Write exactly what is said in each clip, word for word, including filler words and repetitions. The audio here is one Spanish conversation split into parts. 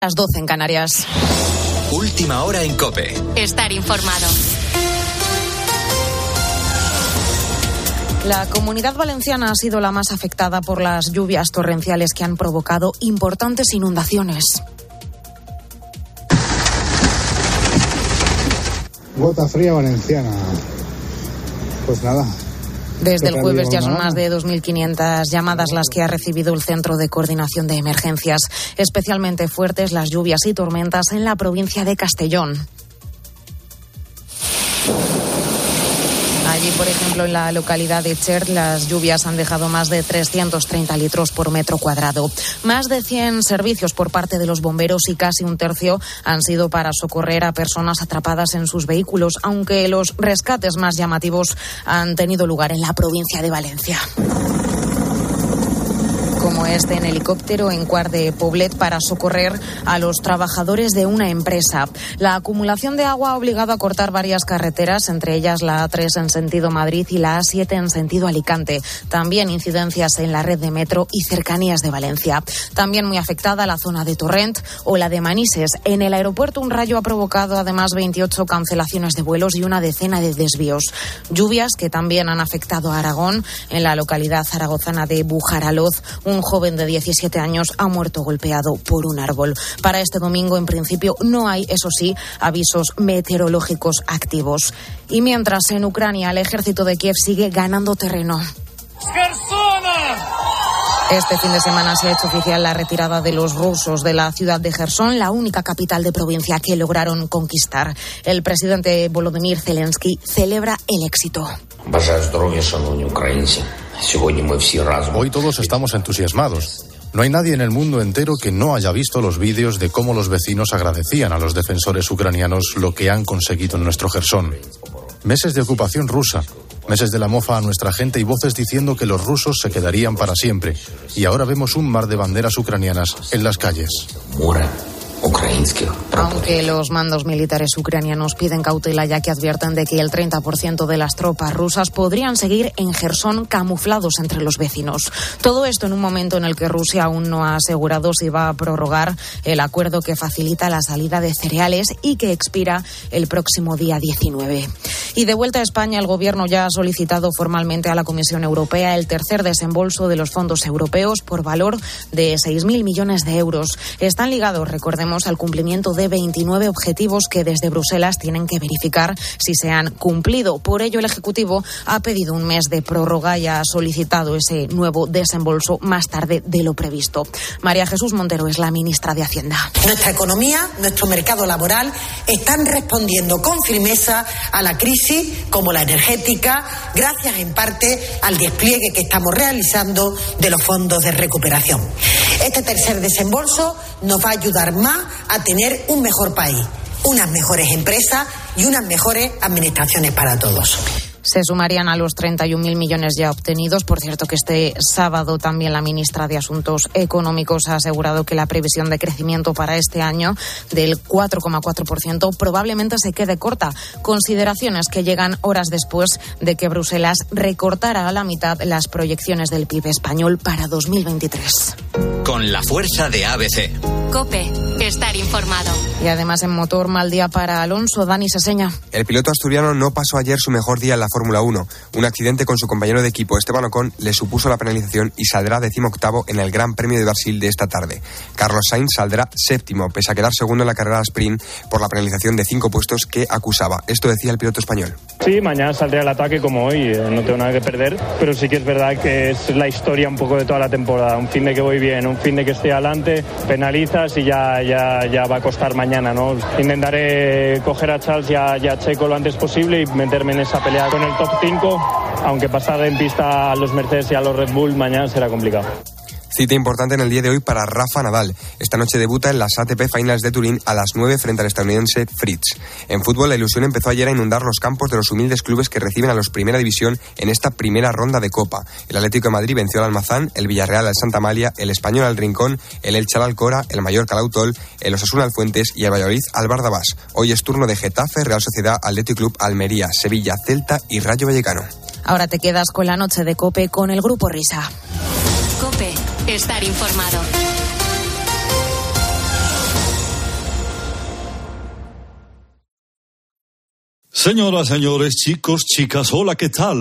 Las doce en Canarias. Última hora en COPE. Estar informado. La Comunidad Valenciana ha sido la más afectada por las lluvias torrenciales que han provocado importantes inundaciones. Gota fría valenciana. Pues nada. Desde el jueves ya son más de dos mil quinientas llamadas las que ha recibido el Centro de Coordinación de Emergencias. Especialmente fuertes las lluvias y tormentas en la provincia de Castellón. Allí, por ejemplo, en la localidad de Chert, las lluvias han dejado más de trescientos treinta litros por metro cuadrado. Más de cien servicios por parte de los bomberos y casi un tercio han sido para socorrer a personas atrapadas en sus vehículos, aunque los rescates más llamativos han tenido lugar en la provincia de Valencia. Como este en helicóptero en Quart de Poblet para socorrer a los trabajadores de una empresa. La acumulación de agua ha obligado a cortar varias carreteras, entre ellas la A tres en sentido Madrid y la A siete en sentido Alicante. También incidencias en la red de metro y cercanías de Valencia. También muy afectada la zona de Torrent o la de Manises. En el aeropuerto un rayo ha provocado además veintiocho cancelaciones de vuelos y una decena de desvíos. Lluvias que también han afectado a Aragón. En la localidad zaragozana de Bujaraloz, un joven de diecisiete años ha muerto golpeado por un árbol. Para este domingo, en principio, no hay, eso sí, avisos meteorológicos activos. Y mientras, en Ucrania, el ejército de Kiev sigue ganando terreno. Este fin de semana se ha hecho oficial la retirada de los rusos de la ciudad de Jersón, la única capital de provincia que lograron conquistar. El presidente Volodymyr Zelensky celebra el éxito. Hoy todos estamos entusiasmados. No hay nadie en el mundo entero que no haya visto los vídeos de cómo los vecinos agradecían a los defensores ucranianos lo que han conseguido en nuestro Jersón. Meses de ocupación rusa, meses de la mofa a nuestra gente y voces diciendo que los rusos se quedarían para siempre. Y ahora vemos un mar de banderas ucranianas en las calles. Aunque los mandos militares ucranianos piden cautela ya que advierten de que el treinta por ciento de las tropas rusas podrían seguir en Jersón camuflados entre los vecinos. Todo esto en un momento en el que Rusia aún no ha asegurado si va a prorrogar el acuerdo que facilita la salida de cereales y que expira el próximo día diecinueve. Y de vuelta a España, el Gobierno ya ha solicitado formalmente a la Comisión Europea el tercer desembolso de los fondos europeos por valor de seis mil millones de euros. Están ligados, recordemos, al cumplimiento de veintinueve objetivos que desde Bruselas tienen que verificar si se han cumplido. Por ello, el Ejecutivo ha pedido un mes de prórroga y ha solicitado ese nuevo desembolso más tarde de lo previsto. María Jesús Montero es la ministra de Hacienda. Nuestra economía, nuestro mercado laboral están respondiendo con firmeza a la crisis, como la energética, gracias en parte al despliegue que estamos realizando de los fondos de recuperación. Este tercer desembolso nos va a ayudar más a tener un mejor país, unas mejores empresas y unas mejores administraciones para todos. Se sumarían a los treinta y un mil millones ya obtenidos. Por cierto, que este sábado también la ministra de Asuntos Económicos ha asegurado que la previsión de crecimiento para este año del cuatro coma cuatro por ciento probablemente se quede corta. Consideraciones que llegan horas después de que Bruselas recortara a la mitad las proyecciones del P I B español para dos mil veintitrés. Con la fuerza de A B C. COPE. Estar informado. Y además en motor, mal día para Alonso. Dani Seseña. El piloto asturiano no pasó ayer su mejor día en la Fórmula uno. Un accidente con su compañero de equipo Esteban Ocon le supuso la penalización y saldrá decimoctavo en el Gran Premio de Brasil de esta tarde. Carlos Sainz saldrá séptimo, pese a quedar segundo en la carrera sprint por la penalización de cinco puestos que acusaba. Esto decía el piloto español. Sí, mañana saldré al ataque como hoy, no tengo nada que perder, pero sí que es verdad que es la historia un poco de toda la temporada. Un fin de que voy bien, un fin de que estoy adelante, penalizas y ya, ya, ya va a costar mañana, ¿no? Intentaré coger a Charles y a, y a Checo lo antes posible y meterme en esa pelea con el top cinco, aunque pasar en pista a los Mercedes y a los Red Bull mañana será complicado. Cita importante en el día de hoy para Rafa Nadal. Esta noche debuta en las A T P Finals de Turín a las nueve frente al estadounidense Fritz. En fútbol, la ilusión empezó ayer a inundar los campos de los humildes clubes que reciben a los Primera División en esta primera ronda de Copa. El Atlético de Madrid venció al Almazán, el Villarreal al Santa Amalia, el Español al Rincón, el Elche al Alcora, el Mallorca al Autol, el Osasuna al Fuentes y el Valladolid al Bardabás. Hoy es turno de Getafe, Real Sociedad, Athletic Club, Almería, Sevilla, Celta y Rayo Vallecano. Ahora te quedas con la noche de COPE con el Grupo Risa. COPE. Estar informado. Señoras, señores, chicos, chicas, hola, ¿qué tal?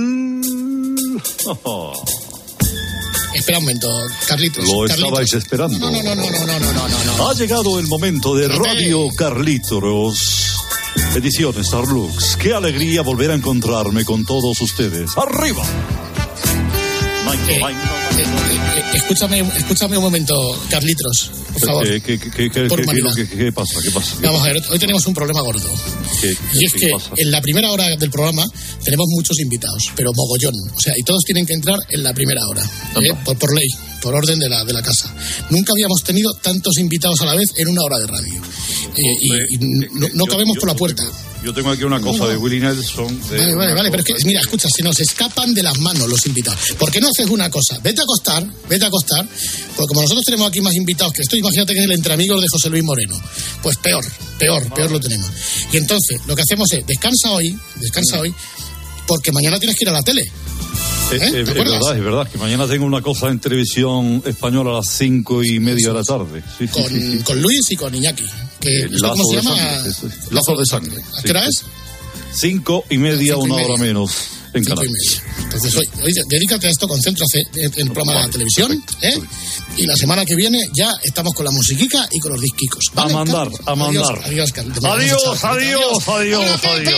Espera un momento, Carlitos. Lo Carlitos. estabais esperando. No, no, no, no, no, no, no, no, no. Ha llegado el momento de Radio Carlitos, edición Starlux. Qué alegría volver a encontrarme con todos ustedes. ¡Arriba! Eh, eh, eh, escúchame, escúchame un momento, Carlitos, por favor. ¿Qué, qué, qué, qué, por qué, humanidad. qué, qué pasa? ¿Qué pasa? ¿Qué Vamos pasa? a ver, hoy tenemos un problema gordo. ¿Qué, Y es qué que pasa? en la primera hora del programa tenemos muchos invitados, pero mogollón. O sea, y todos tienen que entrar en la primera hora, ¿eh? por, por ley, por orden de la, de la casa. Nunca habíamos tenido tantos invitados a la vez en una hora de radio. Eh, y, y no, no Yo- cabemos yo- por la yo puerta. tengo- Yo tengo aquí una cosa No, no. de Willie Nelson. de Vale, vale, una vale, pero es que, cosa- mira, escucha, se nos escapan de las manos los invitados. ¿Por qué no haces una cosa? Vete a acostar, vete a acostar, porque como nosotros tenemos aquí más invitados que esto, imagínate que es el entre amigos de José Luis Moreno. Pues peor, peor, peor lo tenemos. Y entonces, lo que hacemos es, descansa hoy, descansa hoy, porque mañana tienes que ir a la tele. Eh, ¿Eh? eh, ¿Te es acuerdas? verdad, es verdad, que mañana tengo una cosa en televisión española a las cinco y media de la tarde. Sí, sí, Con, sí, sí. con Luis y con Iñaki. Que, Eh, ¿esto lazo ¿Cómo se de llama? sangre, eso es. Lazo de sangre. ¿A Sí, qué hora sí, es? sí. Cinco y media, Cinco y una media. hora menos en Cinco y Canarias. media. Entonces, hoy, hoy dedícate a esto, concéntrate en en el programa de la Vale, televisión, perfecto, ¿eh? Y la semana que viene ya estamos con la musiquica y con los disquicos. ¿Vale, A mandar, Carlos? a mandar. Adiós, adiós, Carlos. Adiós, adiós, adiós, adiós.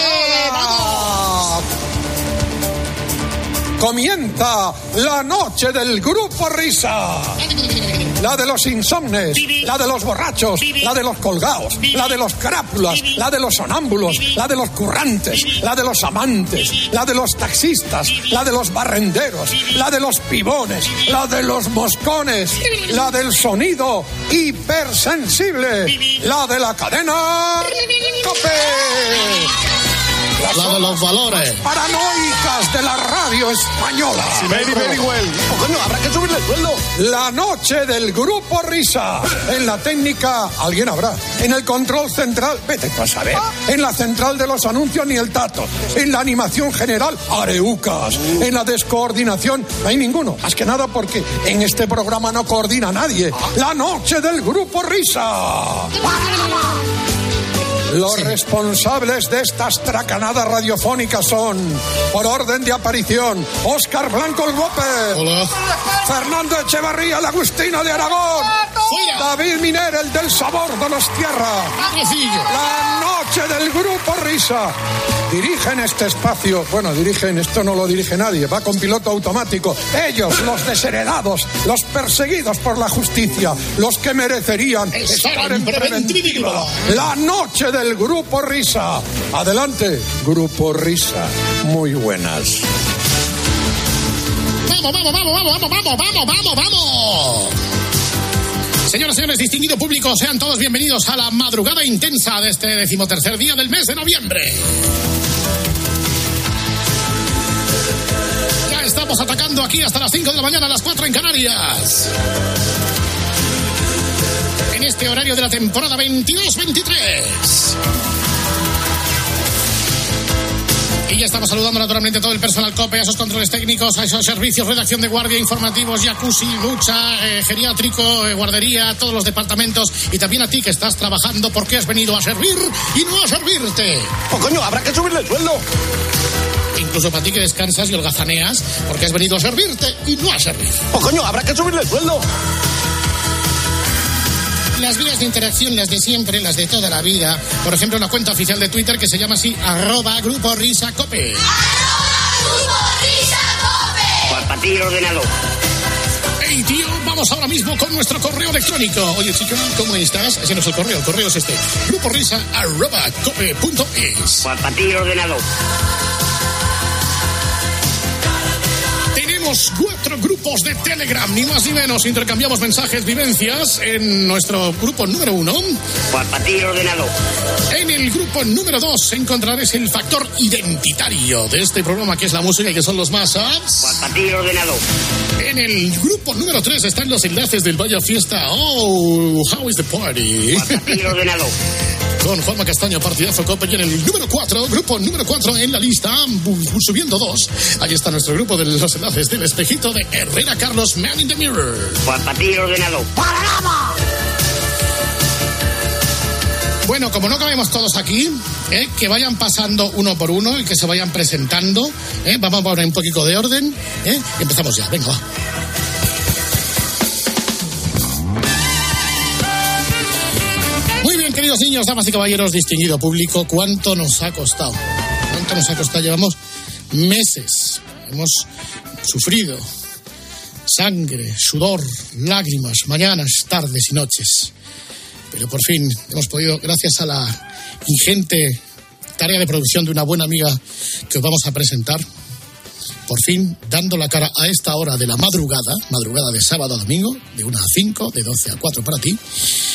Comienza la noche del Grupo Risa. La de los insomnes, la de los borrachos, la de los colgados, la de los crápulas, la de los sonámbulos, la de los currantes, la de los amantes, la de los taxistas, la de los barrenderos, la de los pibones, la de los moscones, la del sonido hipersensible, la de la cadena COPE. La de los valores. Paranoicas de la radio española. Very, very well. Oh, coño, habrá que subirle el sueldo. La noche del Grupo Risa. En la técnica, alguien habrá. En el control central, vete tú a saber. En la central de los anuncios, ni el tato. En la animación general, areucas. En la descoordinación, no hay ninguno. Más que nada porque en este programa no coordina nadie. La noche del Grupo Risa. Los responsables de estas tracanadas radiofónicas son, por orden de aparición, Óscar Blanco el López, Hola. Fernando Echevarría, el Agustino de Aragón, Fuera. David Miner, el del sabor de los tierra. Padrecillo. La noche del Grupo Risa. Dirigen este espacio, bueno, dirigen, esto no lo dirige nadie, va con piloto automático. Ellos, los desheredados, los perseguidos por la justicia, los que merecerían estar en preventiva. La noche del Grupo Risa. Adelante, Grupo Risa. Muy buenas. Vamos, vamos, vamos, vamos, vamos, vamos, vamos, vamos, vamos. Señoras y señores, distinguido público, sean todos bienvenidos a la madrugada intensa de este decimotercer día del mes de noviembre. Ya estamos atacando aquí hasta las cinco de la mañana, a las cuatro en Canarias. En este horario de la temporada veintidós veintitrés. Y ya estamos saludando naturalmente a todo el personal COPE, a esos controles técnicos, a esos servicios, redacción de guardia, informativos, jacuzzi, ducha, eh, geriátrico, eh, guardería, todos los departamentos. Y también a ti que estás trabajando porque has venido a servir y no a servirte. Oh, coño, habrá que subirle el sueldo. Incluso para ti que descansas y holgazaneas porque has venido a servirte y no a servir. Oh, coño, habrá que subirle el sueldo. Las vías de interacción, las de siempre, las de toda la vida. Por ejemplo, la cuenta oficial de Twitter que se llama así, arroba Grupo Risa Cope. Pues para ti el ordenador. Hey, tío, vamos ahora mismo con nuestro correo electrónico. Oye, chico, ¿cómo estás? Ese no es el correo, el correo es este. Grupo Risa, arroba cope punto es. Pues para ti el ordenador. Tenemos cuatro grupos de Telegram, ni más ni menos. Intercambiamos mensajes, vivencias en nuestro grupo número uno. Pues para ti el ordenador. En el grupo número dos encontrarás el factor identitario de este programa, que es la música y que son los mashups. Pues para ti el ordenador. En el grupo número tres están los enlaces del Vaya Fiesta. Oh, how is the party? Pues para ti el ordenador. Con Juanma Castaño, partidazo Cope. Y en el número cuatro, grupo número cuatro en la lista, subiendo dos. Ahí está nuestro grupo de los enlaces del espejito de Herrera Carlos, Man in the Mirror. Pues para ti el ordenador. Bueno, como no cabemos todos aquí, ¿eh? que vayan pasando uno por uno y que se vayan presentando. ¿eh? Vamos a poner un poquito de orden. ¿eh? Y empezamos ya, venga, va. Muy bien, queridos niños, damas y caballeros, distinguido público, ¿cuánto nos ha costado? ¿Cuánto nos ha costado? Llevamos meses, hemos sufrido sangre, sudor, lágrimas, mañanas, tardes y noches. Pero por fin hemos podido, gracias a la ingente tarea de producción de una buena amiga que os vamos a presentar, por fin dando la cara a esta hora de la madrugada, madrugada de sábado a domingo, de una a cinco, de doce a cuatro para ti,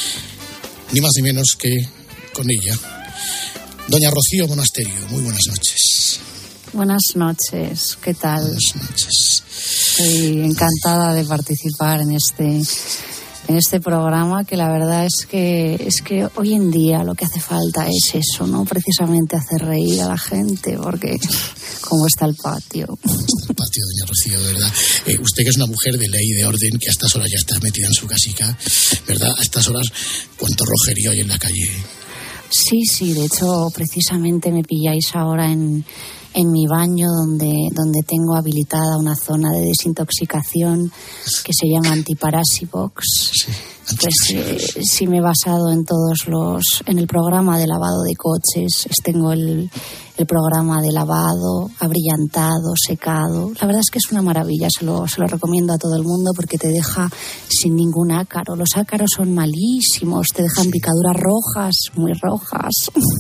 ni más ni menos que con ella, doña Rocío Monasterio. Muy buenas noches. Buenas noches, ¿qué tal? Buenas noches. Estoy encantada de participar en este... en este programa, que la verdad es que es que hoy en día lo que hace falta es eso, ¿no? Precisamente hacer reír a la gente, porque cómo está el patio. El patio, doña Rocío, de verdad. Eh, usted que es una mujer de ley y de orden, que a estas horas ya está metida en su casica, ¿verdad? A estas horas, cuánto rojerío hay en la calle. Sí, sí, de hecho, precisamente me pilláis ahora en... en mi baño, donde, donde tengo habilitada una zona de desintoxicación que se llama Antiparasibox. Sí, pues eh, sí me he basado en todos los, en el programa de lavado de coches. Tengo el, el programa de lavado, abrillantado, secado. La verdad es que es una maravilla, se lo, se lo recomiendo a todo el mundo porque te deja sin ningún ácaro. Los ácaros son malísimos, te dejan sí. picaduras rojas, muy rojas.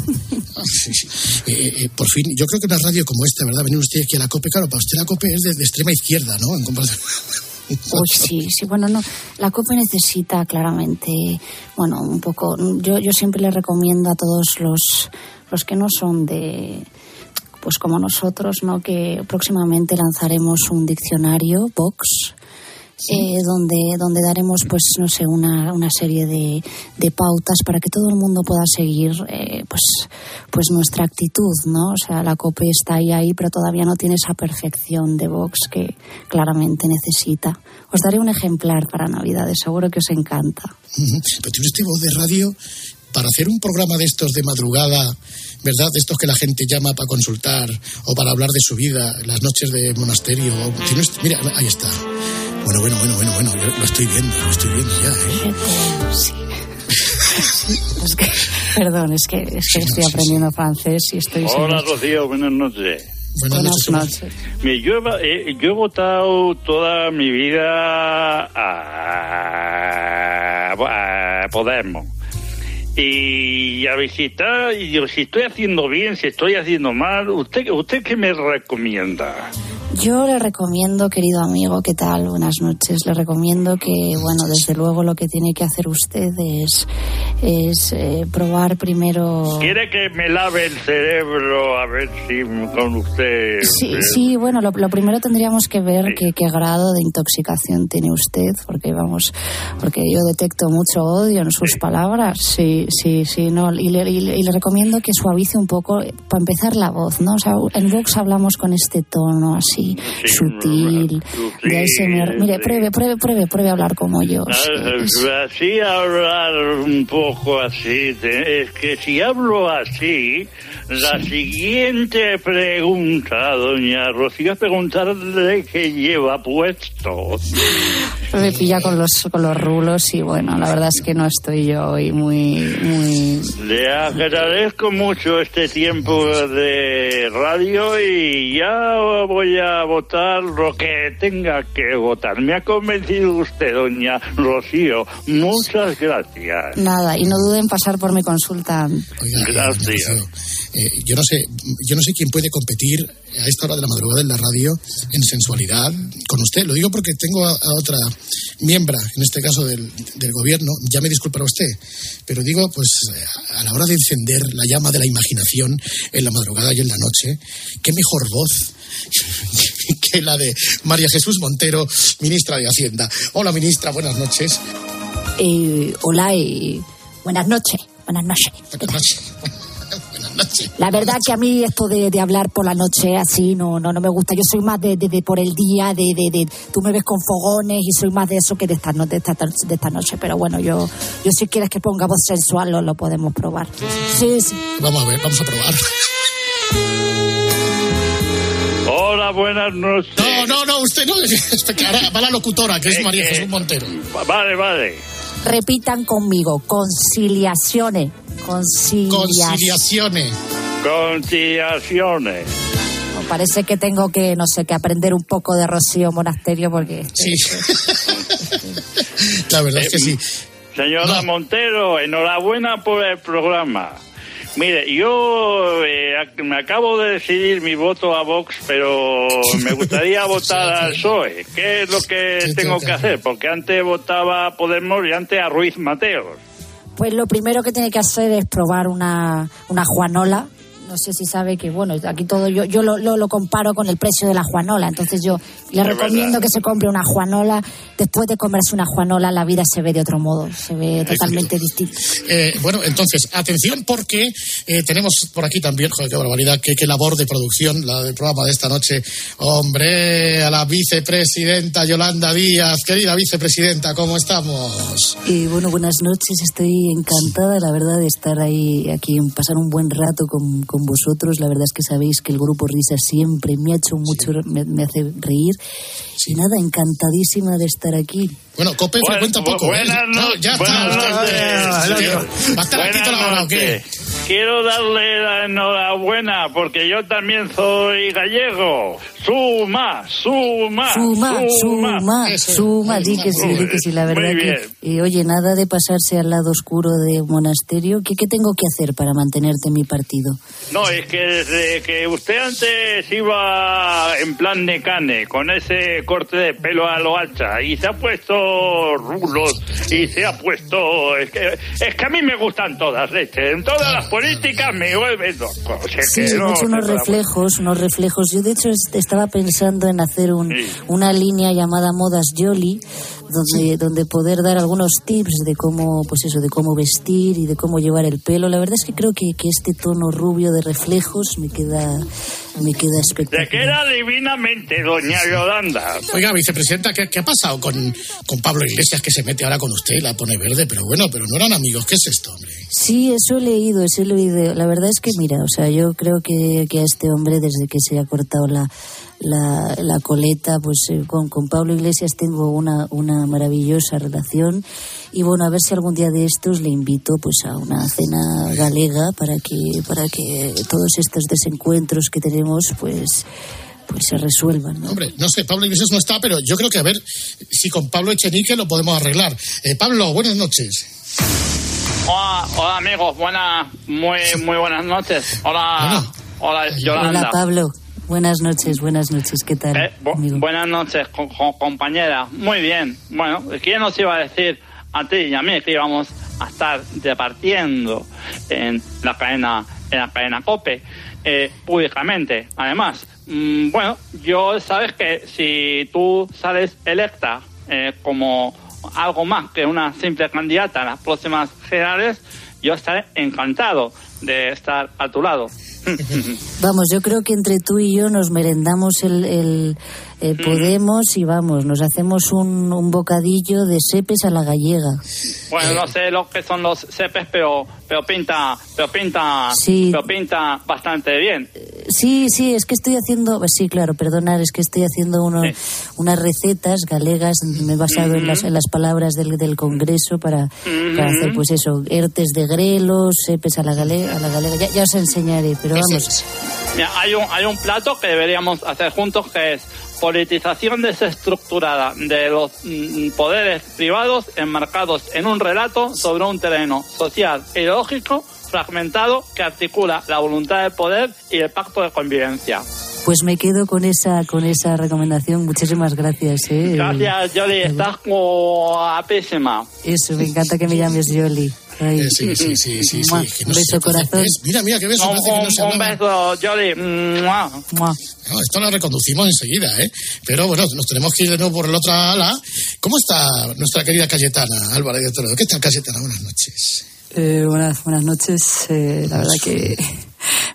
Sí, sí. Eh, eh, por fin, yo creo que una radio como esta, ¿verdad? Venir usted aquí a la COPE, claro, para usted la COPE es de, de extrema izquierda, ¿no? En comparación. Pues sí, sí, bueno, no, la COPE necesita claramente, bueno, un poco, yo, yo siempre le recomiendo a todos los, los que no son de, pues como nosotros, ¿no? Que próximamente lanzaremos un diccionario, Vox, ¿sí? eh, donde, donde daremos, pues, no sé, una, una serie de, de pautas para que todo el mundo pueda seguir, eh, pues, pues nuestra actitud, ¿no? O sea, la COPE está ahí, ahí, pero todavía no tiene esa perfección de Vox que claramente necesita. Os daré un ejemplar para Navidades, seguro que os encanta. Uh-huh. Pero tiene usted voz de radio para hacer un programa de estos de madrugada, ¿verdad? De estos que la gente llama para consultar o para hablar de su vida, las noches de monasterio. ¿Tiene usted? Mira, ahí está. Bueno, bueno, bueno, bueno, bueno, yo lo estoy viendo, lo estoy viendo ya, ¿eh? Sí. Es que, perdón, es que, es que estoy aprendiendo francés y estoy... Hola, Rocío, buenas noches. Buenas, buenas noches. noches. Mire, yo, eh, yo he votado toda mi vida a, a Podemos. Y a ver si está, y si estoy haciendo bien, si estoy haciendo mal, ¿usted, usted qué me recomienda? Yo le recomiendo, querido amigo, ¿qué tal? Buenas noches. Le recomiendo que, bueno, desde luego lo que tiene que hacer usted es, es eh, probar primero... ¿Quiere que me lave el cerebro a ver si con usted...? Sí, sí, bueno, lo, lo primero tendríamos que ver sí. qué, qué grado de intoxicación tiene usted, porque vamos, porque yo detecto mucho odio en sus sí. palabras. Sí, sí, sí, no, y le, y, le, y le recomiendo que suavice un poco, para empezar, la voz, ¿no? O sea, en Vox hablamos con este tono así, Sí, sutil, sí, de A S M R. Mire, pruebe, pruebe, pruebe, pruebe a hablar como yo. Sí, así hablar un poco así, es que si hablo así, la sí. siguiente pregunta, doña Rocío, es preguntarle qué lleva puesto. Me pilla con los con los rulos y bueno, la verdad es que no estoy yo hoy muy, muy... Le agradezco mucho este tiempo de radio y ya voy a a votar lo que tenga que votar. Me ha convencido usted, doña Rocío. Muchas gracias. Nada, y no duden en pasar por mi consulta. Oiga, gracias. Eh, yo no sé, yo no sé quién puede competir a esta hora de la madrugada en la radio en sensualidad con usted. Lo digo porque tengo a, a otra miembro, en este caso del, del gobierno. Ya me disculpará usted, pero digo, pues a la hora de encender la llama de la imaginación en la madrugada y en la noche, qué mejor voz que la de María Jesús Montero, ministra de Hacienda. Hola, ministra, buenas noches. Eh, hola y buenas noches. Buenas noches. Buenas noches. Buenas Buenas noches. La verdad que a mí esto de, de hablar por la noche así no no no me gusta. Yo soy más de, de, de por el día, de, de, de tú me ves con fogones y soy más de eso que de esta, no, de esta, de esta noche. Pero bueno, yo yo si quieres que ponga voz sensual lo, lo podemos probar. Sí, sí. Vamos a ver, vamos a probar. Hola, buenas noches. No, no, no, usted no. Ahora va la locutora, que es María Jesús Montero. Vale, vale. Repitan conmigo, conciliaciones. Conciliaciones. Conciliaciones. Conciliaciones. No, parece que tengo que, no sé, que aprender un poco de Rocío Monasterio porque... Sí. La verdad eh, es que sí. Señora no. Montero, enhorabuena por el programa. Mire, yo eh, me acabo de decidir mi voto a Vox, pero me gustaría votar al P S O E. ¿Qué es lo que tengo que hacer? Porque antes votaba a Podemos y antes a Ruiz Mateos. Pues lo primero que tiene que hacer es probar una, una Juanola. No sé si sabe que, bueno, aquí todo yo yo lo, lo, lo comparo con el precio de la Juanola. Entonces yo le es recomiendo verdad. que se compre una Juanola. Después de comerse una Juanola, la vida se ve de otro modo, se ve totalmente distinta. Eh, bueno, entonces, atención porque eh, tenemos por aquí también, joder, qué barbaridad, qué, qué labor de producción, la del programa de esta noche. Hombre, a la vicepresidenta Yolanda Díaz. Querida vicepresidenta, ¿cómo estamos? Eh, bueno, buenas noches, estoy encantada, la verdad, de estar ahí, aquí, pasar un buen rato con, con vosotros. La verdad es que sabéis que el Grupo Risa siempre me ha hecho mucho, sí. me, me hace reír. Sí. Y nada, encantadísima de estar aquí. Bueno, Cope bueno, frecuenta un poco. Buenas ¿eh? no, no, ya buenas está. Noches. ¿Va a estar aquí toda la hora o qué? Quiero darle la enhorabuena porque yo también soy gallego. Suma, suma, suma, suma, suma, suma di que sí, di que sí, la verdad que... Eh, oye, nada de pasarse al lado oscuro de Monasterio. ¿Qué, ¿Qué tengo que hacer para mantenerte en mi partido? No, es que desde que usted antes iba en plan de cane, con ese corte de pelo a lo hacha, y se ha puesto rulos, y se ha puesto... Es que, es que a mí me gustan todas, leche. En todas las políticas me vuelven loco. O sea, sí, que no, he hecho unos reflejos, unos reflejos. Yo, de hecho, estaba pensando en hacer un, sí. una línea llamada Modas Jolly, donde, sí. donde poder dar algunos tips de cómo, pues eso, de cómo vestir y de cómo llevar el pelo. La verdad es que creo que, que este tono rubio de reflejos me queda, me queda espectacular. Te queda divinamente, doña Yolanda. Oiga, vicepresidenta, ¿qué, qué ha pasado con, con Pablo Iglesias, que se mete ahora con usted y la pone verde? Pero bueno, pero no eran amigos. ¿Qué es esto, hombre? Sí, eso he leído, eso he leído. La verdad es que, mira, o sea, yo creo que, que a este hombre, desde que se ha cortado la... La, la coleta, pues eh, con, con Pablo Iglesias tengo una, una maravillosa relación y bueno, a ver si algún día de estos le invito pues a una cena galega para que para que todos estos desencuentros que tenemos pues pues se resuelvan, ¿no? Hombre, no sé, Pablo Iglesias no está, pero yo creo que a ver si con Pablo Echenique lo podemos arreglar. Eh, Pablo, buenas noches. Hola, hola amigos, buenas, muy muy buenas noches. Hola, bueno. hola Yolanda. Hola Pablo. Buenas noches, buenas noches, ¿qué tal? Eh, bu- buenas noches, co- co- compañera. Muy bien. Bueno, ¿quién nos iba a decir a ti y a mí que íbamos a estar departiendo en la cadena, en la cadena COPE, eh, públicamente? Además, mmm, bueno, yo sabes que si tú sales electa eh, como algo más que una simple candidata a las próximas generales, yo estaré encantado de estar a tu lado. Vamos, yo creo que entre tú y yo nos merendamos el, el, el Podemos y vamos, nos hacemos un, un bocadillo de sepes a la gallega. Bueno, no sé lo que son los sepes, pero pero pinta, pero pinta, sí. pero pinta bastante bien. Sí, sí, es que estoy haciendo, sí, claro, perdonar, es que estoy haciendo uno, sí. unas recetas galegas, me he basado uh-huh. en las en las palabras del, del Congreso para, uh-huh. para hacer, pues eso, hertes de grelos, sepes a la galega, a la galega. Ya, ya os enseñaré, pero vamos. Mira, hay un hay un plato que deberíamos hacer juntos que es politización desestructurada de los mm, poderes privados enmarcados en un relato sobre un terreno social e ideológico fragmentado que articula la voluntad de poder y el pacto de convivencia. Pues me quedo con esa con esa recomendación. Muchísimas gracias. ¿eh? Gracias, Yoli. Estás guapísima. Eso, me encanta que me llames Yoli. Eh, sí, sí, sí, sí, sí. Que no beso, corazón. Es, mira, mira, qué beso. Un, que no se un beso, Yoli. Mua. No, esto lo reconducimos enseguida, ¿eh? Pero bueno, nos tenemos que ir de nuevo por la otra ala. ¿Cómo está nuestra querida Cayetana, Álvarez de Toledo? ¿Qué tal, Cayetana? Buenas noches. Eh, buenas, buenas noches. Eh, la verdad que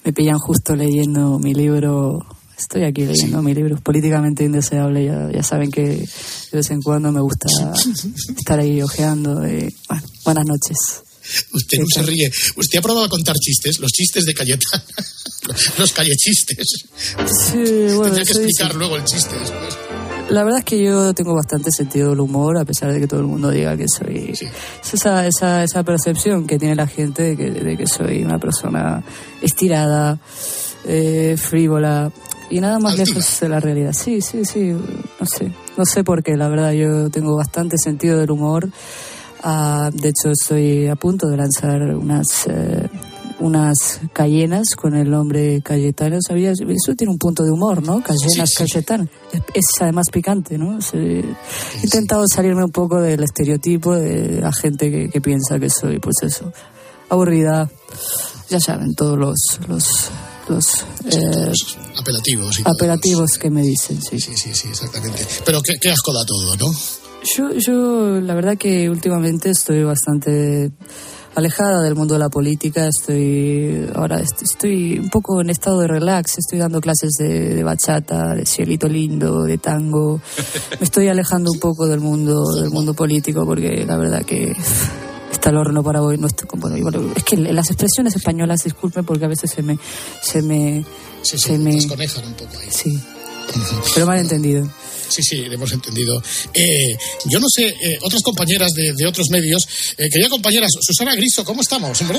me pillan justo leyendo mi libro. Estoy aquí leyendo sí. mi libro, Políticamente Indeseable. Ya, ya saben que de vez en cuando me gusta estar ahí ojeando. Y, bueno, buenas noches. Usted no se ríe. ¿Usted ha probado a contar chistes? Los chistes de Cayetana. Los callechistes. Sí, bueno. Tendría que explicar sí. luego el chiste después. La verdad es que yo tengo bastante sentido del humor, a pesar de que todo el mundo diga que soy... Sí. Es esa, esa, esa percepción que tiene la gente de que, de que soy una persona estirada, eh, frívola... Y nada más Altiva. Lejos de la realidad. Sí, sí, sí, no sé. No sé por qué, la verdad, yo tengo bastante sentido del humor. Uh, de hecho, estoy a punto de lanzar unas uh, unas cayenas con el nombre Cayetano. ¿Sabías? Eso tiene un punto de humor, ¿no? Cayenas, sí, sí. Cayetano. Es, es además picante, ¿no? Sí, he intentado sí. salirme un poco del estereotipo de la gente que, que piensa que soy, pues eso, aburrida. Ya saben, todos los... los los eh, apelativos y apelativos todo. Que me dicen, sí. Sí, sí, sí, exactamente. Pero qué, qué asco da todo, ¿no? Yo, yo, la verdad que últimamente estoy bastante alejada del mundo de la política. Estoy, ahora estoy un poco en estado de relax. Estoy dando clases de, de bachata, de cielito lindo, de tango. Me estoy alejando un poco del mundo, del mundo político porque la verdad que... está el horno para hoy. No estoy, bueno, bueno, es que las expresiones españolas, disculpen, porque a veces se me... Se me, sí, se sí, me desconejan un poco ahí. Sí, pero mal entendido. Sí, sí, lo hemos entendido. Eh, yo no sé, eh, otras compañeras de, de otros medios, eh, querida compañera, Susana Griso, ¿cómo estamos, hombre?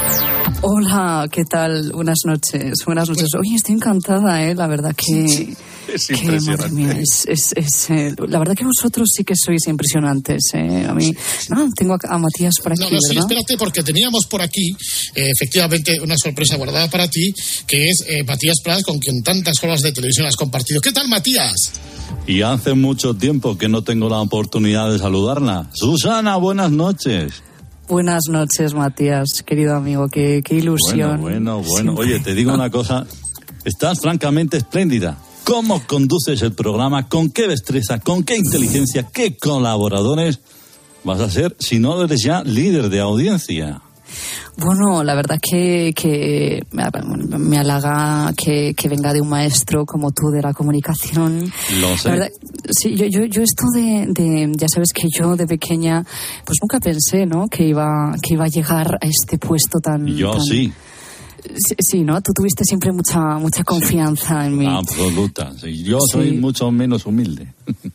Hola, ¿qué tal? Buenas noches, buenas noches. Oye, estoy encantada, ¿eh? La verdad que... Es que, impresionante. Madre mía, es, es, es, eh, la verdad que vosotros sí que sois impresionantes, ¿eh? A mí... No, tengo a, a Matías por aquí, no, no, sí, ¿verdad? espérate, porque teníamos por aquí, eh, efectivamente, una sorpresa guardada para ti, que es eh, Matías Prats, con quien tantas horas de televisión has compartido. ¿Qué tal, Matías? Y hace mucho tiempo que no tengo la oportunidad de saludarla. Susana, buenas noches. Buenas noches, Matías, querido amigo, qué, qué ilusión. Bueno, bueno, bueno. Oye, te digo una cosa, estás francamente espléndida. ¿Cómo conduces el programa? ¿Con qué destreza? ¿Con qué inteligencia? ¿Qué colaboradores vas a ser si no eres ya líder de audiencia? Bueno, la verdad que, que me halaga que, que venga de un maestro como tú de la comunicación. Lo sé. La verdad, sí, yo, yo, yo esto de, de, ya sabes que yo de pequeña, pues nunca pensé, ¿no? Que iba, que iba a llegar a este puesto tan... Yo tan... sí. Sí, sí, ¿no? Tú tuviste siempre mucha mucha confianza sí. en mí. Absoluta. Sí. Yo sí. soy mucho menos humilde.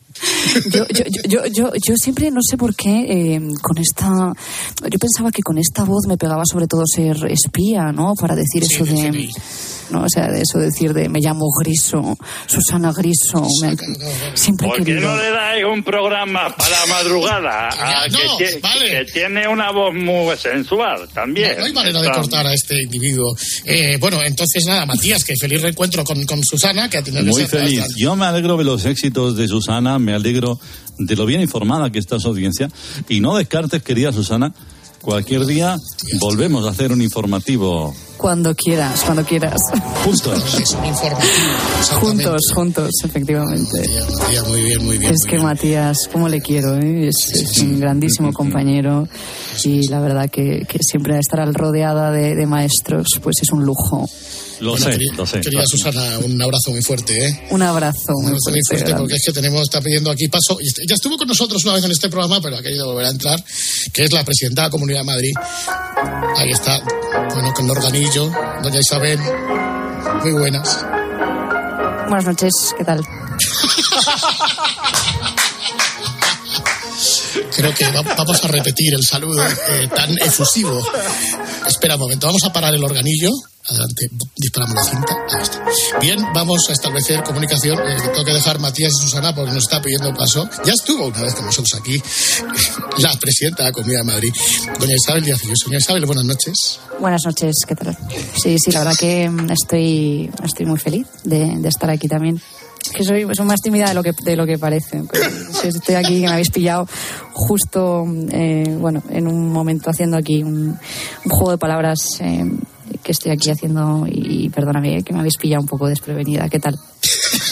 Yo, yo, yo, yo, yo siempre, no sé por qué, eh, con esta... Yo pensaba que con esta voz me pegaba sobre todo ser espía, ¿no? Para decir sí, eso de... de ¿no? O sea, de eso de decir de me llamo Griso, Susana Griso. Me, siempre ¿Por qué querido... no le dais un programa para la madrugada? A, no, que, que, vale. que tiene una voz muy sensual también. No, no hay manera de cortar a este individuo. Eh, bueno, entonces nada, Matías, que feliz reencuentro con, con Susana. Que Muy feliz. Hasta... Yo me alegro de los éxitos de Susana, me alegro de lo bien informada que está su audiencia. Y no descartes, querida Susana, cualquier día volvemos a hacer un informativo. Cuando quieras, cuando quieras. Juntos. Es un informativo. Juntos, juntos, efectivamente. Matías, Matías, muy bien, muy bien. Es muy que bien. Matías, ¿cómo le quiero? ¿eh? Es, sí, es sí. un grandísimo compañero y la verdad que, que siempre estar rodeada de, de maestros, pues es un lujo. Lo bueno, sé, querida, lo sé. Querida Susana, un abrazo muy fuerte, ¿eh? Un abrazo un muy abrazo fuerte. Muy fuerte porque es que tenemos, está pidiendo aquí paso. Ya estuvo con nosotros una vez en este programa, pero ha querido volver a entrar, que es la presidenta de la Comunidad de Madrid. Ahí está, bueno, con el organillo, doña Isabel. Muy buenas. Buenas noches, ¿qué tal? Creo que va, vamos a repetir el saludo eh, tan efusivo. Espera un momento, vamos a parar el organillo. Adelante, disparamos la cinta. Ahí está. Bien, vamos a establecer comunicación. Eh, tengo que dejar Matías y Susana porque nos está pidiendo paso. Ya estuvo una vez con nosotros aquí la presidenta de la Comunidad de Madrid, doña Isabel Díaz Ayuso. Doña Isabel, buenas noches. Buenas noches, ¿qué tal? Sí, sí, la verdad que estoy, estoy muy feliz de, de estar aquí también. Que soy, soy más tímida de lo que de lo que parece. Si estoy aquí, que me habéis pillado justo, eh, bueno, en un momento haciendo aquí un, un juego de palabras eh, que estoy aquí haciendo y perdóname que me habéis pillado un poco desprevenida. ¿Qué tal?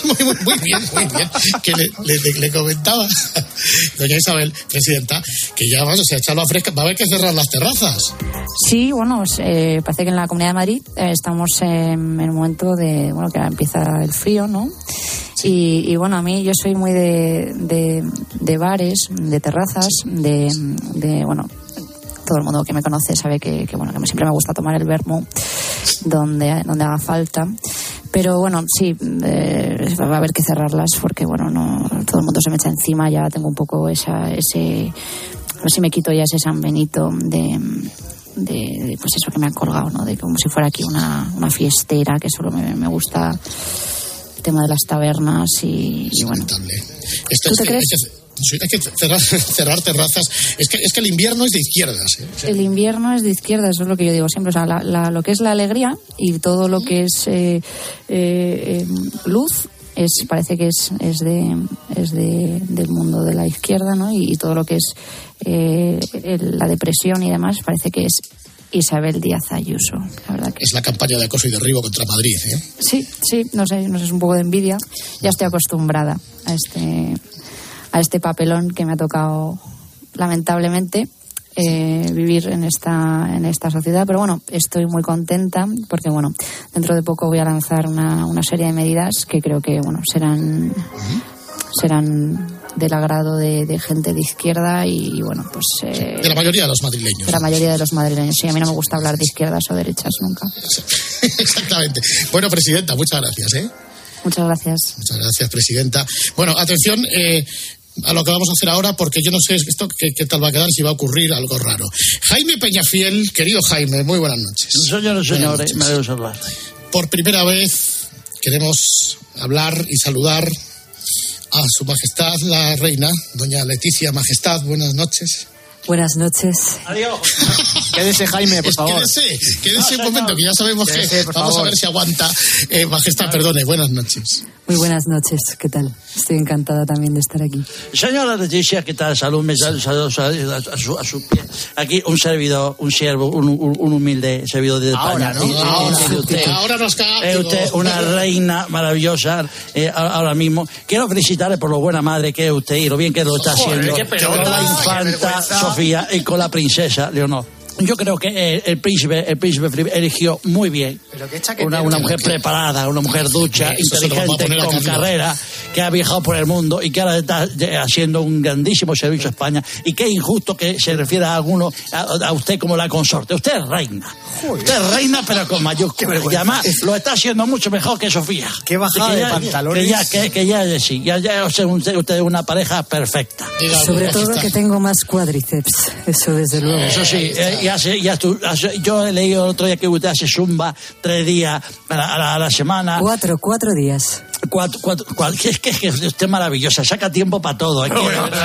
muy, muy, muy bien, muy bien. Que le, le, le comentaba doña Isabel, presidenta, que ya vamos, se ha echado a fresca, va a haber que cerrar las terrazas. Sí, bueno, eh, parece que en la Comunidad de Madrid eh, estamos en el momento de, bueno, que empieza el frío, ¿no? Sí. Y, y bueno, a mí yo soy muy de, de, de bares, de terrazas, de, de, bueno, todo el mundo que me conoce sabe que, que bueno, que siempre me gusta tomar el vermú donde, donde haga falta. Pero bueno, sí, eh, va a haber que cerrarlas porque bueno, no, todo el mundo se me echa encima, ya tengo un poco esa, ese, a ver si me quito ya ese San Benito de, de, de pues eso que me han colgado, ¿no? De como si fuera aquí una, una fiestera, que solo me, me gusta el tema de las tabernas y, y bueno. Esto ¿Tú te es crees? Que, hay que cerrar, cerrar terrazas. Es que, es que el invierno es de izquierdas. ¿eh? O sea, el invierno es de izquierdas, eso es lo que yo digo siempre. O sea, la, la, lo que es la alegría y todo lo que es eh, eh, eh, luz es parece que es, es, de, es de, del mundo de la izquierda, ¿no? Y, y todo lo que es eh, el, la depresión y demás parece que es Isabel Díaz Ayuso. La verdad que es la campaña de acoso y derribo contra Madrid, ¿eh? Sí, sí, no sé, no sé, es un poco de envidia. Ya estoy acostumbrada a este... a este papelón que me ha tocado lamentablemente eh, vivir en esta en esta sociedad, pero bueno, estoy muy contenta porque bueno, dentro de poco voy a lanzar una, una serie de medidas que creo que bueno serán serán del agrado de, de gente de izquierda y, y bueno, pues eh, de la mayoría de los madrileños. De la mayoría de los madrileños, sí, a mí no me gusta hablar de izquierdas o derechas nunca. Exactamente. Bueno, presidenta, muchas gracias, ¿eh? Muchas gracias. Muchas gracias, presidenta. Bueno, atención eh, a lo que vamos a hacer ahora, porque yo no sé esto qué, qué tal va a quedar, si va a ocurrir algo raro. Jaime Peñafiel, querido Jaime, muy buenas noches. Señores, señores, me debo saludar. Por primera vez queremos hablar y saludar a Su Majestad la Reina, doña Leticia Majestad, buenas noches. Buenas noches. Adiós. Quédese, Jaime, por pues favor. Quédese, quédese no, un momento, que ya sabemos quédese, que vamos favor. a ver si aguanta. Eh, Majestad, perdone, buenas noches. Muy buenas noches, ¿qué tal? Estoy encantada también de estar aquí. Señora Leticia, ¿qué tal? Salud, me saludo a, a, su, a su pie. Aquí un servidor, un siervo, un, un, un humilde servidor de ahora, España. ¿no? Eh, ahora, eh, usted, ahora nos caga. Es usted una reina maravillosa eh, ahora mismo. Quiero felicitarle por lo buena madre que es usted y lo bien que lo está haciendo Joder, con la infanta Sofía y con la princesa Leonor. Yo creo que el, el príncipe el príncipe Felipe eligió muy bien una, una mujer preparada, una mujer ducha, eso inteligente, con carrera, que ha viajado por el mundo y que ahora está haciendo un grandísimo servicio a España. Y qué injusto que se refiera a alguno a, a usted como la consorte. Usted es reina. Joder. Usted es reina, pero con mayúsculas. Y además lo está haciendo mucho mejor que Sofía. Qué bajada de pantalones. Que ya, que, que ya, sí, ya, ya usted, usted es una pareja perfecta. Sobre todo que tengo más cuádriceps, eso desde luego. Eso sí, eh, y hace, ya tú, hace, yo he leído el otro día que usted hace zumba tres días a la, a la, a la semana. Cuatro, cuatro días. Cuatro, cuatro, cuatro, es que, es que usted es maravillosa, saca tiempo para todo. Hay que,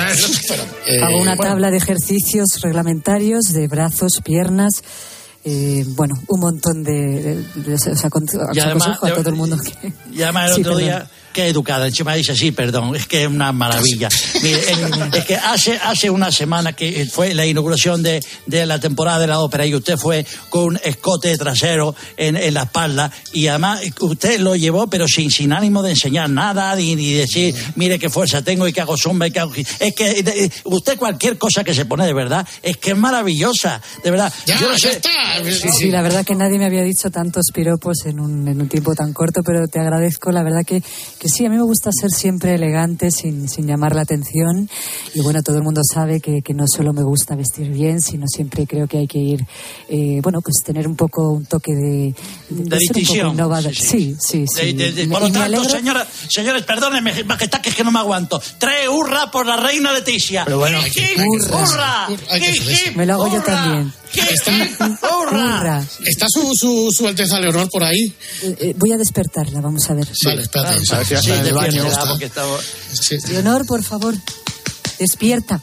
eh, Hago una bueno. tabla de ejercicios reglamentarios de brazos, piernas. Eh, bueno, un montón de, de, de, de o sea, con, y además, aconsejo a todo el mundo que... Y además el sí, otro perdón. día, qué educada, encima dice, sí, perdón, es que es una maravilla. Mire, es, es que hace hace una semana que fue la inauguración de, de la temporada de la ópera y usted fue con un escote trasero en, en la espalda y además usted lo llevó pero sin, sin ánimo de enseñar nada ni, ni decir, mire qué fuerza tengo y que hago zumba y que hago... Es que de, usted cualquier cosa que se pone de verdad es que es maravillosa, de verdad. Ya, Yo no ya sé, está. Sí, sí, la verdad que nadie me había dicho tantos piropos en un, en un tiempo tan corto, pero te agradezco, la verdad que, que sí, a mí me gusta ser siempre elegante, sin, sin llamar la atención, y bueno, todo el mundo sabe que, que no solo me gusta vestir bien, sino siempre creo que hay que ir, eh, bueno, pues tener un poco un toque de... De, de distinción. Sí, sí, sí. sí, de, de, de, por lo tanto, señora, señores, perdónenme, majestad, que es que no me aguanto. Tres hurra por la reina Leticia. Pero bueno, hip, hip, hurra. Me lo hago yo también. Está, hurra. ¿Está su, su, su Alteza Leonor por ahí? Eh, eh, voy a despertarla, vamos a ver. Sí. Vale, espérate. Ah, a ver si va a estar en el baño. Estaba... Sí. Leonor, por favor, despierta.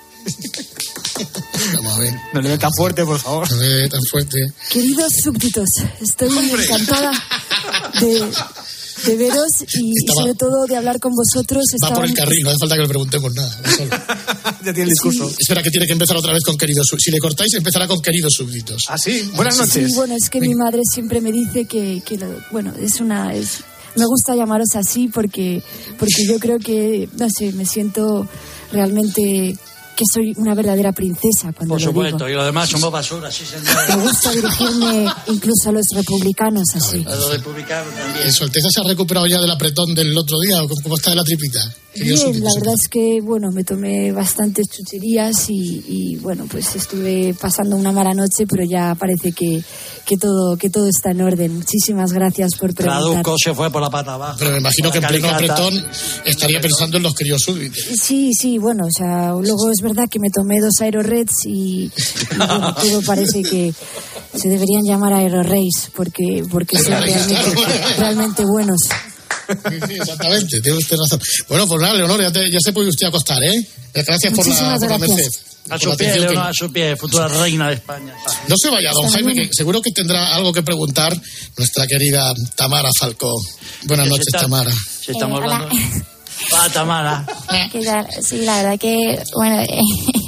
Vamos a ver. No le dé tan fuerte, por favor. No le dé tan fuerte. Queridos súbditos, estoy ¡hombre! encantada de... de veros y, Estaba, sobre todo de hablar con vosotros. Va Estaban... por el carril, no hace falta que le preguntemos nada. Ya tiene el discurso. Sí. Espera, que tiene que empezar otra vez con queridos súbditos. Si le cortáis, empezará con queridos súbditos. ¿Ah, sí? Buenas noches. Sí, bueno, es que Venga. Mi madre siempre me dice que, que lo, bueno, es una... Es... me gusta llamaros así porque, porque yo creo que, no sé, me siento realmente que soy una verdadera princesa cuando Por lo supuesto, digo. y los demás somos basura, sí señor. Me gusta dirigirme incluso a los republicanos así. A los republicanos también. ¿Su Alteza se ha recuperado ya del apretón del otro día o cómo está de la tripita? Bien, la verdad es que, bueno, me tomé bastantes chucherías y, y, bueno, pues estuve pasando una mala noche, pero ya parece que, que todo que todo está en orden. Muchísimas gracias por preguntar. Traduzco se fue por la pata abajo. Pero me imagino que en pleno Calicata. apretón estaría pensando en los queridos súbditos. Sí, sí, bueno, o sea, luego es verdad que me tomé dos Aeroreds y, y bueno, todo parece que se deberían llamar Aerorace porque, porque son realmente, realmente buenos. Sí, sí, exactamente, tiene usted razón. Bueno, pues nada, Leonor, ya, te, ya se puede usted acostar, ¿eh? Gracias por la, Muchísimas por la gracias. merced. A por su la pie, atención Leonor, que- a su pie, futura reina de España. No se vaya, don Jaime, que seguro que tendrá algo que preguntar nuestra querida Tamara Falcó. Buenas Que se noches, está- Tamara. Si estamos Eh, hola. hablando... Va, Tamara. ¿Qué tal? Sí, la verdad que, bueno, eh,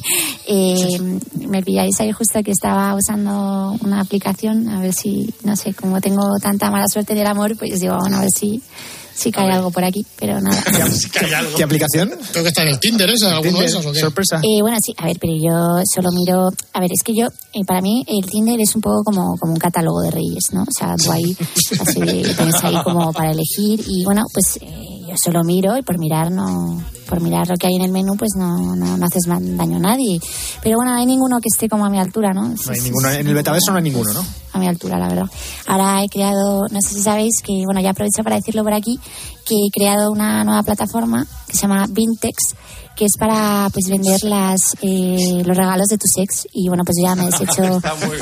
eh, me pilláis ahí justo que estaba usando una aplicación, a ver si, no sé, como tengo tanta mala suerte del amor, pues digo, bueno, a ver si, si cae algo por aquí, pero nada. ¿Qué aplicación? Creo que está en el Tinder, ¿esa? ¿Alguno Tinder, de esos o qué? sorpresa. Eh, bueno, sí, a ver, pero yo solo miro... A ver, es que yo, eh, para mí, el Tinder es un poco como, como un catálogo de reyes, ¿no? O sea, tú ahí, así, tienes ahí como para elegir y, bueno, pues eh, yo solo miro y por mirar no... Por mirar lo que hay en el menú, pues no, no, no haces ma- daño a nadie. Pero bueno, no hay ninguno que esté como a mi altura, ¿no? No hay ninguno, en el betaverso no hay ninguno, ¿no? A mi altura, la verdad. Ahora he creado, no sé si sabéis, que, bueno, ya aprovecho para decirlo por aquí, que he creado una nueva plataforma que se llama Vintex, que es para, pues, vender las eh, los regalos de tu ex. Y, bueno, pues ya me he deshecho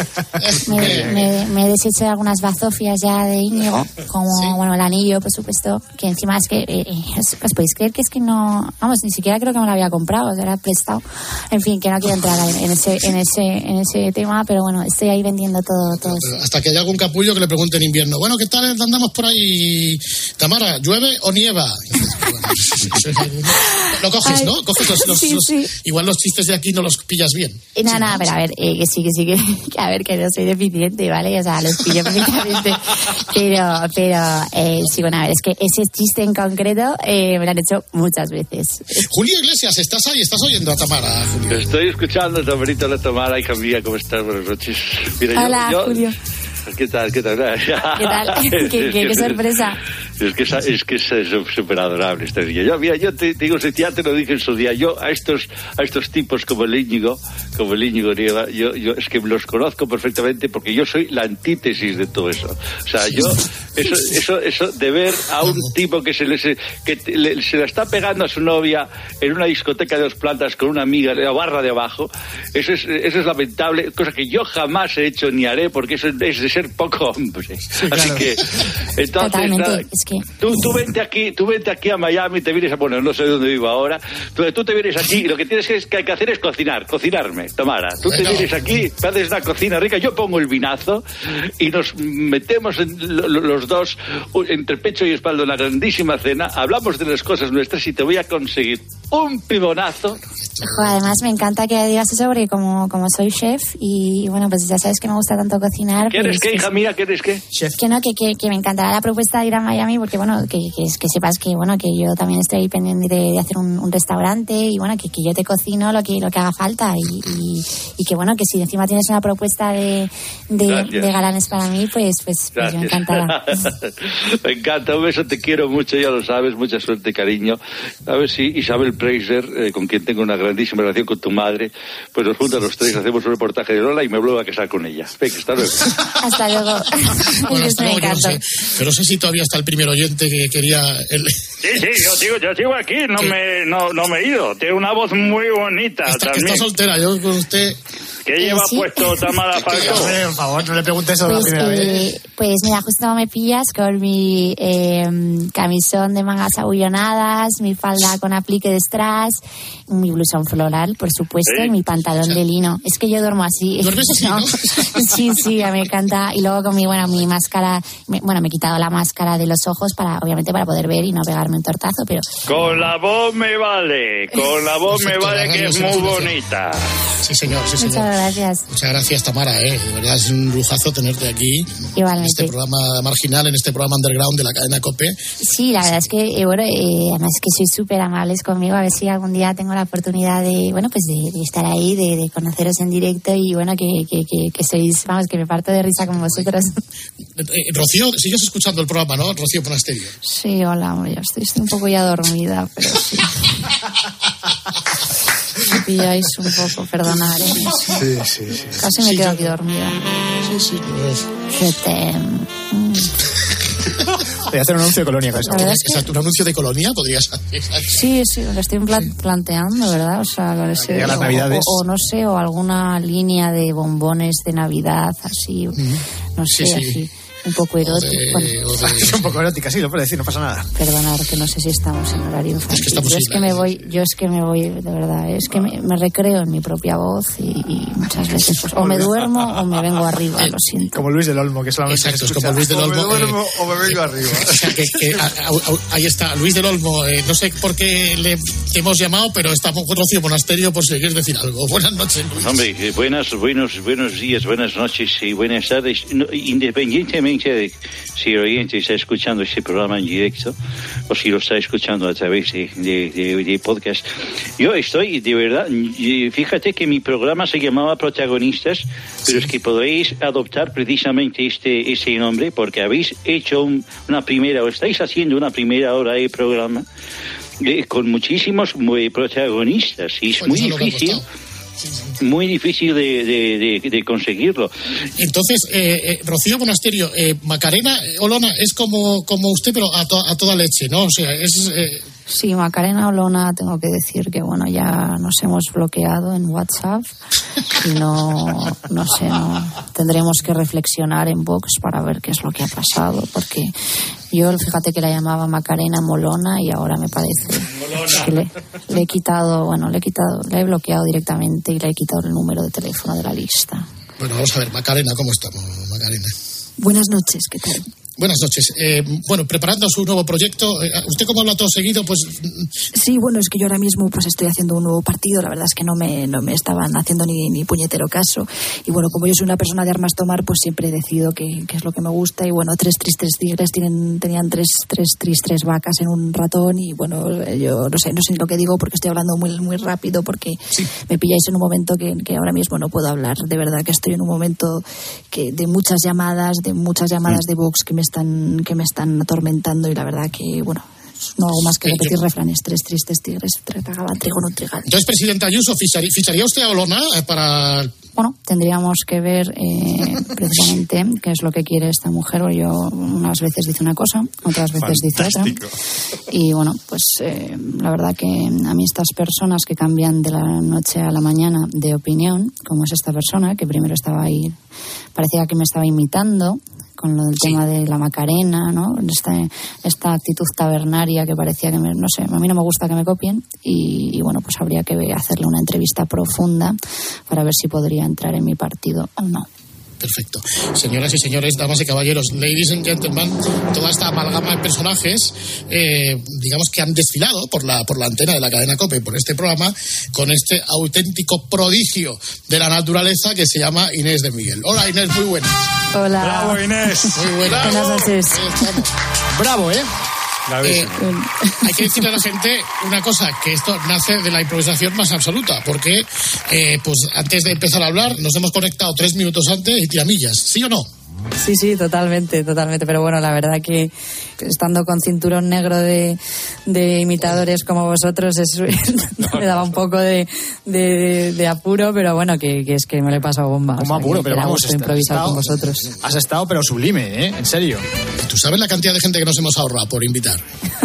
me, me, me he deshecho de algunas bazofias ya de Íñigo, como, bueno, el anillo, por supuesto, que encima es que, eh, eh, os, os podéis creer que es que no, vamos, ni siquiera creo que me lo había comprado, o sea, era prestado. En fin, que no quiero entrar en, en ese en ese en ese tema, pero bueno, estoy ahí vendiendo todo, todo eso. Hasta que haya algún capullo que le pregunte en invierno, bueno, ¿qué tal andamos por ahí, Tamara? ¿Llueve o nieva? Y dices, bueno, eso es algo- lo coges, Ay, ¿no? Coges los, los- sí, los- sí. igual los chistes de aquí no los pillas bien. Eh, No, no, pero a ver, eh, que sí, que sí, que, que a ver, que no soy deficiente, ¿vale? O sea, los pillo perfectamente. Pero, pero, eh, sí, bueno, a ver, es que ese chiste en concreto eh, me lo han hecho muchas veces. Julio Iglesias, ¿estás ahí? ¿Estás oyendo a Tamara, Julio? Estoy escuchando, Tamarita, la Tamara, hija mía, ¿cómo estás? Buenas noches. Mira, yo- Hola, yo- Julio. ¿Qué tal? ¿Qué tal? ¿Qué tal? ¿Qué, qué, qué sorpresa? Es que es, es que es súper adorable esta niña. Yo, mira, yo te te digo, ya te lo dije en su día, yo a estos a estos tipos como el Íñigo, como el Íñigo Nieva, yo, yo es que los conozco perfectamente porque yo soy la antítesis de todo eso. O sea, yo, eso, eso, eso de ver a un tipo que se le, se, que te- le- se la está pegando a su novia en una discoteca de dos plantas con una amiga de la barra de abajo, eso es, eso es lamentable, cosa que yo jamás he hecho ni haré porque eso es de ser poco hombre. Así que, entonces, Totalmente, nada, es que... Tú, tú vente aquí, tú vente aquí a Miami, te vienes a, bueno, no sé dónde vivo ahora, tú, tú te vienes aquí y lo que tienes que, que hacer es cocinar, cocinarme, Tamara. Tú te Bueno. vienes aquí, me haces una cocina rica, yo pongo el vinazo y nos metemos en lo- lo- los dos u- entre pecho y espalda en una grandísima cena, hablamos de las cosas nuestras y te voy a conseguir un pibonazo. Jo, además me encanta que digas eso porque como, como soy chef y bueno, pues ya sabes que me gusta tanto cocinar. ¿Quieres pues, qué, pues, hija mía? ¿Quieres qué? que no, que, que, que me encantará la propuesta de ir a Miami porque bueno, que, que, que sepas que bueno, que yo también estoy pendiente de, de hacer un, un restaurante y bueno, que, que yo te cocino lo que lo que haga falta y, y, y que bueno, que si encima tienes una propuesta de, de, Gracias. de galanes para mí, pues, pues, pues yo Gracias. encantada. Me encanta, un beso, te quiero mucho, ya lo sabes, mucha suerte, cariño. A ver si Isabel Preiser, eh, con quien tengo una grandísima relación con tu madre, pues nos juntan los tres, hacemos un reportaje de Lola y me vuelvo a casar con ella. Venga, hasta luego. Hasta luego. Bueno, Es hasta que me luego, yo no encanta. sé. Pero no sé si todavía está el primer oyente que quería... el- Sí, sí, yo sigo, yo sigo aquí, no me, no, no me he ido. Tiene una voz muy bonita Está, también. está soltera, yo con usted... ¿Qué lleva sí. puesto Tamara Falcó? Hombre, por favor, no le preguntes eso Pues, la primera vez. eh, pues mira, justo me pillas con mi eh, camisón de mangas abullonadas, mi falda con aplique de strass, mi blusón floral, por supuesto, ¿Sí? y mi pantalón de lino. Es que yo duermo así. ¿Duermes así, no? Sí, sí, me encanta. Y luego con mi, bueno, mi máscara, me- bueno, me he quitado la máscara de los ojos para, obviamente, para poder ver y no pegarme un tortazo, pero Con la voz me vale, con la voz me Perfecto, vale la que radio es se muy nos hace. bonita. Sí, señor, sí, señor. muchas gracias. Muchas gracias, Tamara, ¿eh? De verdad es un lujazo tenerte aquí. Igualmente. En este programa marginal, en este programa underground de la cadena COPE. Sí, la verdad es que, eh, bueno, eh, además que sois súper amables conmigo. A ver si algún día tengo la oportunidad de, bueno, pues de, de estar ahí, de, de conoceros en directo y, bueno, que, que, que, que sois, vamos, que me parto de risa con vosotros. Eh, Rocío, sigues escuchando el programa, ¿no? Rocío Monasterio. Sí, hola, amor, ya estoy, estoy un poco ya dormida, pero sí. Me pilláis un poco, perdonad, ¿eh? Sí, sí, sí. Casi me Sí, quedo yo- aquí dormida. Sí, sí. Pues... Que te... mm. Voy a hacer un anuncio de Colonia con eso. La verdad es que- Exacto, un anuncio de Colonia podrías hacer. Sí, sí, lo estoy pla- planteando, ¿verdad? O sea, con ese- llegan las o, Navidades. o- o no sé, o alguna línea de bombones de Navidad, así, no sé, Sí, sí. así, un poco erótico. Bueno, Es un poco erótica, sí, lo puedo decir, no pasa nada. perdonar que no sé si estamos en horario infantil. que estamos yo es en que me voy, yo es que me voy, de verdad, es que me, me recreo en mi propia voz y, y muchas veces pues, o me duermo o me vengo arriba, lo siento. Como Luis del Olmo, que solamente Exacto, se es escucha. como Luis del Olmo. O me duermo eh, o me vengo arriba. O sea, que, que, a- a- a- ahí está, Luis del Olmo. Eh, no sé por qué le te hemos llamado, pero estamos con Rocío Monasterio por si quieres decir algo. Buenas noches, Luis. Hombre, eh, buenas, buenos, buenos días, buenas noches y buenas tardes. No, independientemente de si el oyente está escuchando este programa en directo o si lo está escuchando a través de, de, de- de podcast, yo estoy, de verdad, y fíjate que mi programa se llamaba Protagonistas, pero es que podéis adoptar precisamente este, este nombre porque habéis hecho un- una primera, o estáis haciendo una primera hora de programa eh, con muchísimos eh, protagonistas y es Pues muy eso es lo que ha difícil. Muy difícil de, de, de, de conseguirlo. Entonces, eh, eh, Rocío Monasterio, eh, Macarena eh, Olona es como, como usted, pero a, to- a toda leche, ¿no? O sea, es... Eh, Sí, Macarena Olona, tengo que decir que bueno, ya nos hemos bloqueado en WhatsApp y no, no sé, no, tendremos que reflexionar en Vox para ver qué es lo que ha pasado, porque yo, fíjate que la llamaba Macarena Molona y ahora me parece que le, le he quitado, bueno, le he quitado, le he bloqueado directamente y le he quitado el número de teléfono de la lista. bueno, vamos a ver, Macarena, ¿cómo estamos, Macarena? Buenas noches, ¿qué tal? Buenas noches. Eh, bueno, preparando su nuevo proyecto, eh, usted como habla todo seguido, pues... Sí, bueno, es que yo ahora mismo pues estoy haciendo un nuevo partido, la verdad es que no me, no me estaban haciendo ni, ni puñetero caso. Y bueno, como yo soy una persona de armas tomar, pues siempre decido qué, qué es lo que me gusta. Y bueno, tres tristes tigres tienen, tenían tres, tres tristes vacas en un ratón. Y bueno, yo no sé, no sé lo que digo porque estoy hablando muy, muy rápido, porque me pilláis en un momento que, que ahora mismo no puedo hablar. De verdad que estoy en un momento que de muchas llamadas, de muchas llamadas de Vox que me están, que me están atormentando, y la verdad que, bueno, no hago más que repetir refranes. Tres tristes tigres tragaban trigo en un trigal. Entonces, presidenta Ayuso, ¿ficharía, ficharía usted a Olona eh, para...? Bueno, tendríamos que ver eh, precisamente qué es lo que quiere esta mujer. O yo unas veces dice una cosa, otras veces dice otra. Y bueno, pues eh, la verdad que a mí estas personas que cambian de la noche a la mañana de opinión, como es esta persona, que primero estaba ahí, parecía que me estaba imitando con lo del sí. tema de la Macarena, ¿no? Esta, esta actitud tabernaria que parecía que, me, no sé, a mí no me gusta que me copien y, y bueno, pues habría que hacerle una entrevista profunda para ver si podría entrar en mi partido o no. Perfecto. Señoras y señores, damas y caballeros, ladies and gentlemen, toda esta amalgama de personajes, eh, digamos que han desfilado por la, por la antena de la cadena COPE, por este programa, con este auténtico prodigio de la naturaleza que se llama Inés de Miguel. Hola, Inés, muy buenas. Hola. Bravo, Inés. Muy buenas. Buenas noches. Bravo, ¿eh? Eh, hay que decirle a la gente una cosa, que esto nace de la improvisación más absoluta, porque eh, pues antes de empezar a hablar nos hemos conectado tres minutos antes y tiramillas, ¿sí o no? Sí, sí, totalmente, totalmente. Pero bueno, la verdad que estando con cinturón negro de, de imitadores como vosotros, es, me daba un poco de, de, de apuro, pero bueno, que, que es que me lo he pasado bomba. Como o sea, apuro, que pero era vamos, gusto improvisar con vosotros. Has estado, pero sublime, ¿eh? En serio. ¿Tú sabes la cantidad de gente que nos hemos ahorrado por invitar?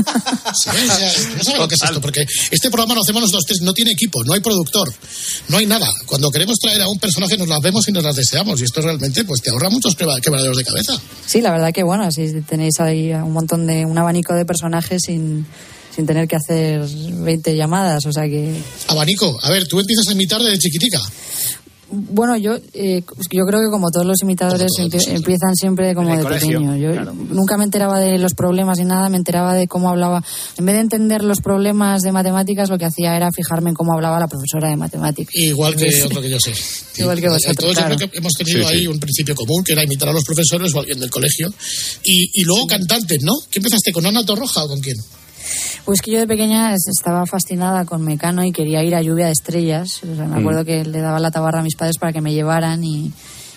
¿Sí? O sea, no sabes lo que es esto, porque este programa lo hacemos nosotros tres, no tiene equipo, no hay productor, no hay nada. Cuando queremos traer a un personaje nos las vemos y nos las deseamos, y esto realmente pues te ahorra muchos quebraderos de cabeza. Sí, la verdad que bueno, si tenéis ahí un montón de, un abanico de personajes sin, sin tener que hacer veinte llamadas, o sea que... Abanico, a ver, tú empiezas a imitar desde chiquitica. Bueno, yo eh, yo creo que como todos los imitadores empie- empiezan siempre como de colegio, pequeño. Yo claro. nunca me enteraba de los problemas ni nada, me enteraba de cómo hablaba. En vez de entender los problemas de matemáticas, lo que hacía era fijarme en cómo hablaba la profesora de matemáticas. Igual que Entonces, otro que yo sé. Igual que vosotros, Todos claro. yo creo que hemos tenido Sí, sí. ahí un principio común, que era imitar a los profesores o a alguien del colegio. Y, y luego cantantes, ¿no? ¿Qué empezaste, con Ana Torroja o con quién? Pues que yo de pequeña estaba fascinada con Mecano y quería ir a Lluvia de Estrellas. O sea, me Mm. acuerdo que le daba la tabarra a mis padres para que me llevaran y,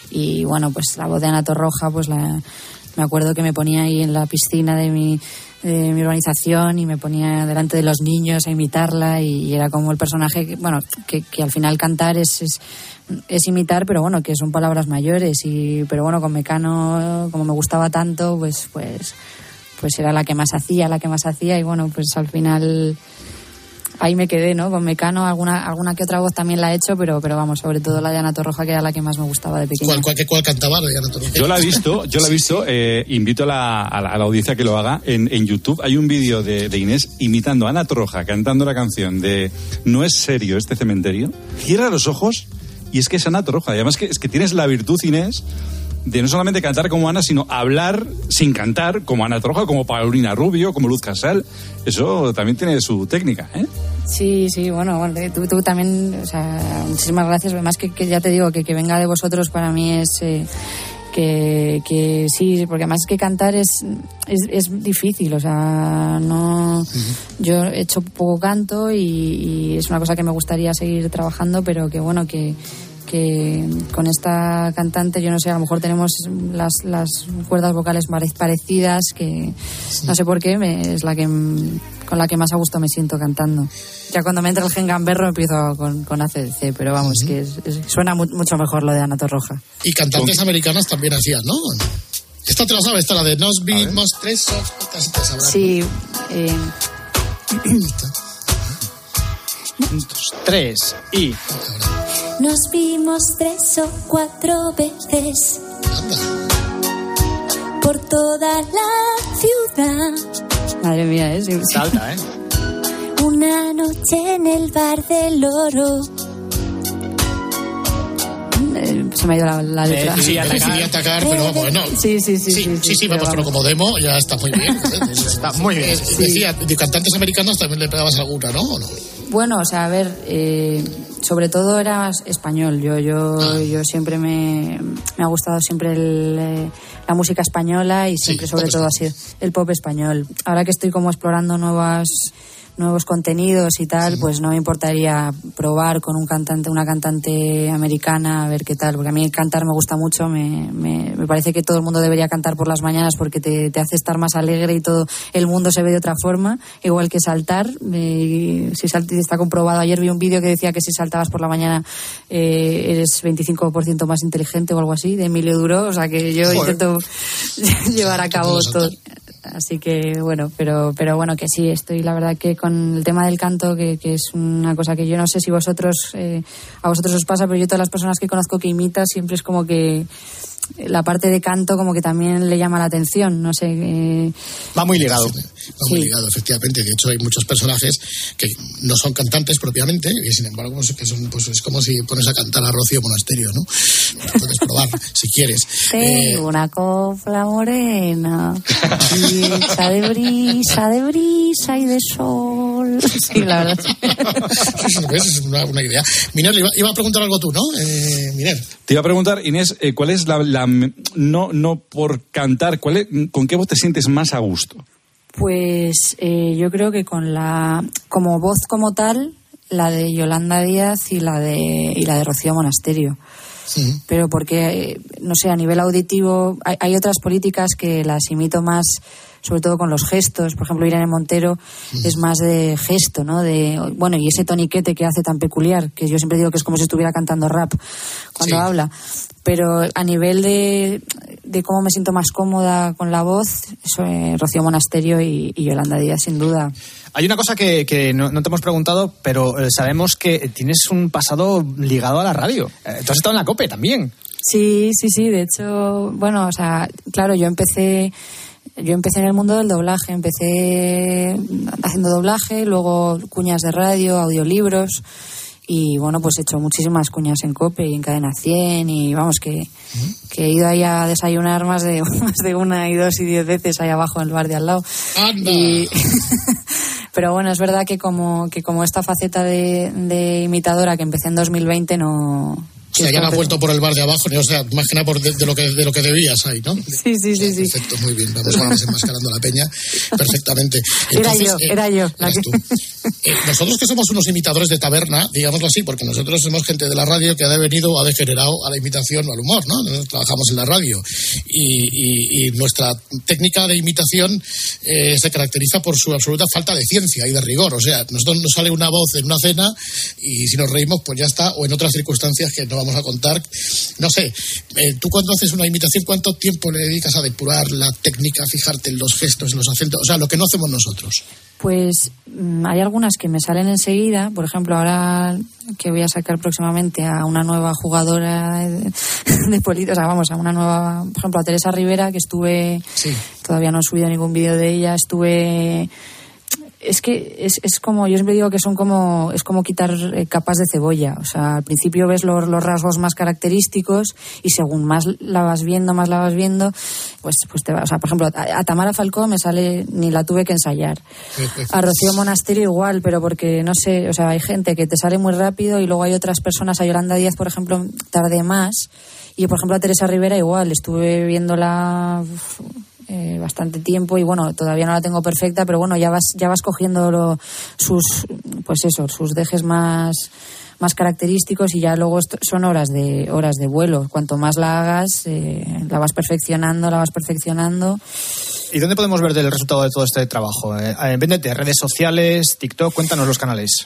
y bueno, pues la voz de Ana Torroja, pues la, me acuerdo que me ponía ahí en la piscina de mi, de mi urbanización y me ponía delante de los niños a imitarla y era como el personaje, que, bueno, que, que al final cantar es, es, es imitar, pero bueno, que son palabras mayores y, pero bueno, con Mecano, como me gustaba tanto, pues, pues, pues era la que más hacía, la que más hacía y bueno, pues al final ahí me quedé, ¿no? Con Mecano, alguna alguna que otra voz también la he hecho, pero pero vamos, sobre todo la de Ana Torroja, que era la que más me gustaba de pequeña. ¿Cuál, cuál, qué- cuál cantaba de Ana Torroja? Yo la he visto, yo la he visto, eh, invito a la, a, la, a la audiencia que lo haga. En, en YouTube hay un vídeo de, de Inés imitando a Ana Torroja, cantando la canción de No es serio este cementerio. Cierra los ojos y es que es Ana Torroja. Y además que, es que tienes la virtud, Inés, de no solamente cantar como Ana, sino hablar sin cantar como Ana Torroja, como Paulina Rubio, como Luz Casal. Eso también tiene su técnica, ¿eh? Sí, sí, bueno, bueno, tú, tú también, o sea, muchísimas gracias. Además que, que ya te digo, que, que venga de vosotros para mí es... Eh, que, que sí, porque además que cantar es, es, es difícil, o sea, no... Yo he hecho poco canto y, y es una cosa que me gustaría seguir trabajando, pero que bueno, que... que con esta cantante, yo no sé, a lo mejor tenemos las, las cuerdas vocales pare- parecidas, que no sé por qué, me, es la que con la que más a gusto me siento cantando. Ya cuando me entra el gen gamberro empiezo con, con A C D C, pero vamos, que es, es- suena mu- mucho mejor lo de Ana Torroja. Y cantantes americanas también hacían, ¿no? Esta te la sabes, esta la de Nos vimos tres o esta sí te sabrás, ¿no? Sí, eh, Tres y... Nos vimos tres o cuatro veces por toda la ciudad. madre mía, ¿eh? Sí, sí. Salta, ¿eh? Una noche en el bar del Oro. Eh, Se me ha ido la, la letra. Decidí atacar. Decidí atacar, pero bueno. Sí, sí, sí. Sí, sí, sí, vamos, pero como demo ya está muy bien. Está muy bien. Eh, Decía, de cantantes americanos también le pegabas alguna, ¿no? ¿O no? Bueno, o sea, a ver, eh, sobre todo era español. Yo, yo, Ah. yo siempre me, me ha gustado siempre el, eh, la música española y siempre, sobre todo, así el pop español. Ahora que estoy como explorando nuevas nuevos contenidos y tal, pues no me importaría probar con un cantante, una cantante americana, a ver qué tal, porque a mí cantar me gusta mucho, me, me, me parece que todo el mundo debería cantar por las mañanas porque te, te hace estar más alegre y todo el mundo se ve de otra forma, igual que saltar. Eh, si salt, está comprobado, ayer vi un vídeo que decía que si saltabas por la mañana eh, eres veinticinco por ciento más inteligente o algo así, de Emilio Duro, o sea que yo Joder. intento llevar a cabo todo. Así que bueno, pero pero bueno, que sí, estoy la verdad que con el tema del canto, que, que es una cosa que yo no sé si vosotros, eh, a vosotros os pasa, pero yo todas las personas que conozco que imitan siempre es como que la parte de canto como que también le llama la atención, no sé. Eh... Va muy ligado. Va muy ligado, efectivamente. De hecho, hay muchos personajes que no son cantantes propiamente y, sin embargo, pues, que son, pues, es como si pones a cantar a Rocío Monasterio, ¿no? Lo puedes probar, si quieres. Tengo Eh, una copla morena, brisa de brisa, de brisa y de sol. Sí, la verdad. eso es una, una idea. Miner, iba, iba a preguntar algo tú, ¿no? Eh, Miner. Te iba a preguntar, Inés, eh, ¿cuál es la, la no no por cantar, cuál es, con qué voz te sientes más a gusto? Pues eh, yo creo que con la como voz como tal, la de Yolanda Díaz y la de y la de Rocío Monasterio. Sí. Pero porque, eh, no sé, a nivel auditivo hay, hay otras políticas que las imito más, sobre todo con los gestos. Por ejemplo, Irene Montero es más de gesto, ¿no? De, bueno, y ese toniquete que hace tan peculiar, que yo siempre digo que es como si estuviera cantando rap cuando Sí. habla. Pero a nivel de, de cómo me siento más cómoda con la voz, eso, eh, Rocío Monasterio y, y Yolanda Díaz, sin duda. Hay una cosa que, que no, no te hemos preguntado, pero eh, sabemos que tienes un pasado ligado a la radio. Eh, tú has estado en la COPE también. Sí, sí, sí. De hecho, bueno, o sea, claro, yo empecé... Yo empecé en el mundo del doblaje, empecé haciendo doblaje, luego cuñas de radio, audiolibros Y bueno, pues he hecho muchísimas cuñas en COPE y en Cadena cien y vamos, que, que he ido ahí a desayunar más de, más de una y dos y diez veces ahí abajo en el bar de al lado. ¡Anda! Y... Pero bueno, es verdad que como, que como esta faceta de, de imitadora que empecé en dos mil veinte no... O sea, ya no has vuelto por el bar de abajo, o sea, más que nada por de, de lo que de lo que debías ahí, ¿no? Sí, sí, sí, sí. Perfecto, muy bien. Vamos ahora desenmascarando la peña perfectamente. Entonces, era yo, eh, era yo. Eras tú. Eh, nosotros que somos unos imitadores de taberna, digámoslo así, porque nosotros somos gente de la radio que ha devenido o ha degenerado a la imitación o al humor, ¿no? Nosotros trabajamos en la radio y, y, y nuestra técnica de imitación eh, se caracteriza por su absoluta falta de ciencia y de rigor. O sea, nosotros nos sale una voz en una cena y si nos reímos, pues ya está, o en otras circunstancias que no vamos a contar. No sé, eh, tú cuando haces una imitación, ¿cuánto tiempo le dedicas a depurar la técnica, a fijarte en los gestos, en los acentos? O sea, lo que no hacemos nosotros. Pues mmm, hay algunas que me salen enseguida. Por ejemplo, ahora que voy a sacar próximamente a una nueva jugadora de, de política, o sea, vamos, a una nueva, por ejemplo, a Teresa Rivera, que estuve, sí. Todavía no he subido ningún vídeo de ella, estuve... Es que es, es como, yo siempre digo que son como, es como quitar eh, capas de cebolla. O sea, al principio ves los, los rasgos más característicos y según más la vas viendo, más la vas viendo, pues, pues te va. O sea, por ejemplo, a, a Tamara Falcó me sale, ni la tuve que ensayar. A Rocío Monasterio igual, pero porque, no sé, o sea, hay gente que te sale muy rápido y luego hay otras personas, a Yolanda Díaz, por ejemplo, tardé más. Y, por ejemplo, a Teresa Rivera igual, estuve viéndola... Eh, bastante tiempo y bueno, todavía no la tengo perfecta, pero bueno, ya vas ya vas cogiendo lo, sus pues eso, sus dejes más más característicos y ya luego son horas de horas de vuelo. Cuanto más la hagas, eh, la vas perfeccionando, la vas perfeccionando. ¿Y dónde podemos ver el resultado de todo este trabajo? Eh, véndete, redes sociales, TikTok, cuéntanos los canales.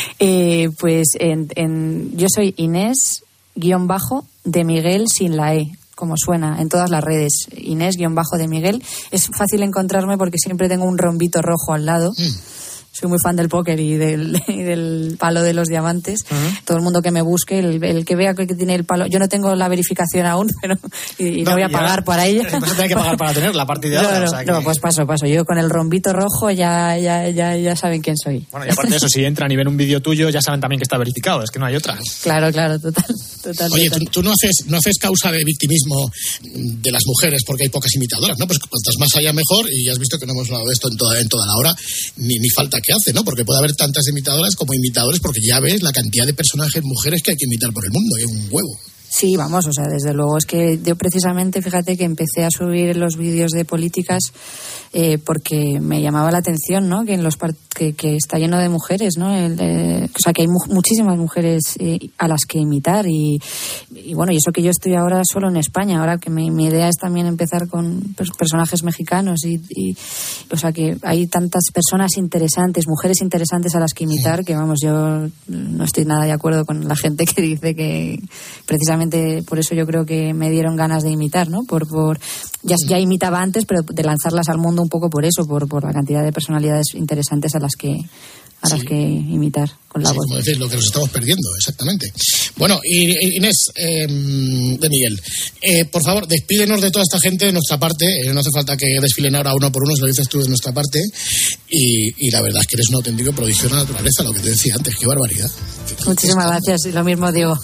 Eh, pues en, en yo soy Inés guión bajo de Miguel sin la E, como suena, en todas las redes. Inés-de Miguel. Es fácil encontrarme porque siempre tengo un rombito rojo al lado. Mm. Soy muy fan del póker y del, y del palo de los diamantes. Uh-huh. Todo el mundo que me busque, el, el que vea que tiene el palo... Yo no tengo la verificación aún, pero y, y no, no voy a pagar ahora, para ella. Vas a tener que pagar para tenerla a partir de ahora. No, no, o sea que... no, pues paso, paso. Yo con el rombito rojo ya, ya, ya, ya saben quién soy. Bueno, y aparte de eso, si entran y ven un vídeo tuyo, ya saben también que está verificado. Es que no hay otra. Claro, claro, total. total Oye, total. Tú, tú no haces no haces causa de victimismo de las mujeres porque hay pocas imitadoras, ¿no? Pues cuantas más haya mejor, y ya has visto que no hemos hablado de esto en toda, en toda la hora, ni, ni falta que hace, ¿no? Porque puede haber tantas imitadoras como imitadores, porque ya ves la cantidad de personajes mujeres que hay que imitar por el mundo, hay un huevo. Sí, vamos, o sea, desde luego es que yo precisamente, fíjate que empecé a subir los vídeos de políticas eh, porque me llamaba la atención, ¿no? Que en los part- que, que está lleno de mujeres, ¿no? El, eh, o sea, que hay mu- muchísimas mujeres eh, a las que imitar y, y bueno, y eso que yo estoy ahora solo en España, ahora que mi, mi idea es también empezar con per- personajes mexicanos y, y, o sea, que hay tantas personas interesantes, mujeres interesantes a las que imitar, que vamos, yo no estoy nada de acuerdo con la gente que dice que precisamente por eso yo creo que me dieron ganas de imitar, ¿no? Por, por ya, ya imitaba antes, pero de lanzarlas al mundo un poco por eso, por, por la cantidad de personalidades interesantes a las que a las sí. que imitar con la sí, voz. Como decís, lo que nos estamos perdiendo, exactamente. Bueno, Inés eh, de Miguel, eh, por favor, despídenos de toda esta gente de nuestra parte. Eh, no hace falta que desfilen ahora uno por uno, se lo dices tú de nuestra parte. Y, y la verdad es que eres un auténtico prodigio de la naturaleza, lo que te decía antes. Qué barbaridad. Muchísimas gracias, y lo mismo digo.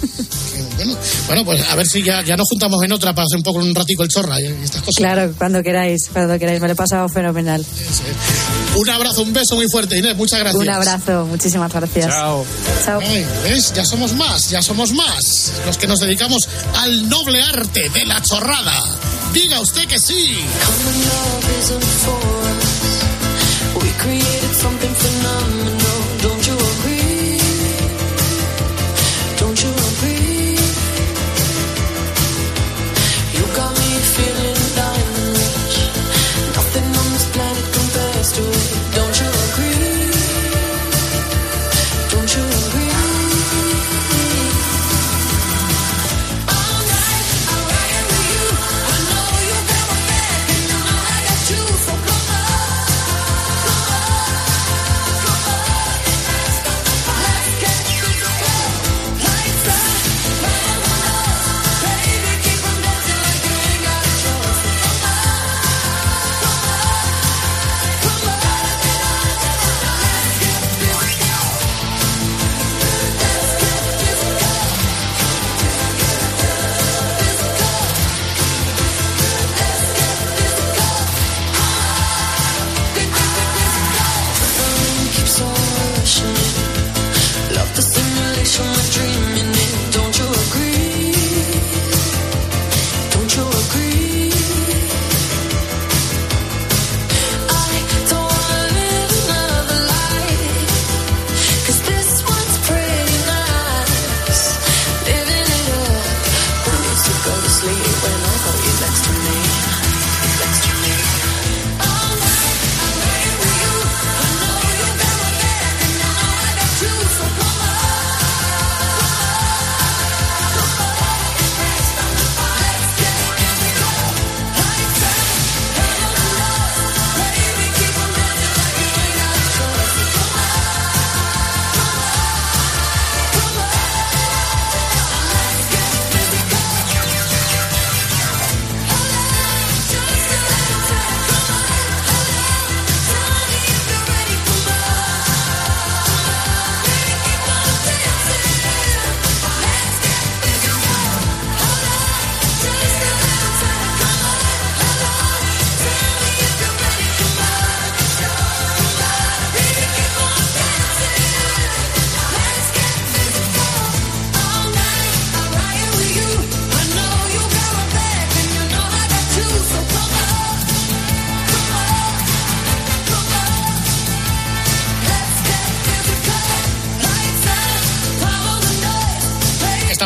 Bueno, bueno, pues a ver si ya, ya nos juntamos en otra para hacer un poco un ratico el chorra y estas cosas. Claro, cuando queráis, cuando queráis. Me lo he pasado fenomenal. Sí, sí. Un abrazo, un beso muy fuerte, Inés. Muchas gracias. Un abrazo, muchísimas gracias. Chao. Chao. Ay, ¿ves? Ya somos más, ya somos más. Los que nos dedicamos al noble arte de la chorrada. Diga usted que sí.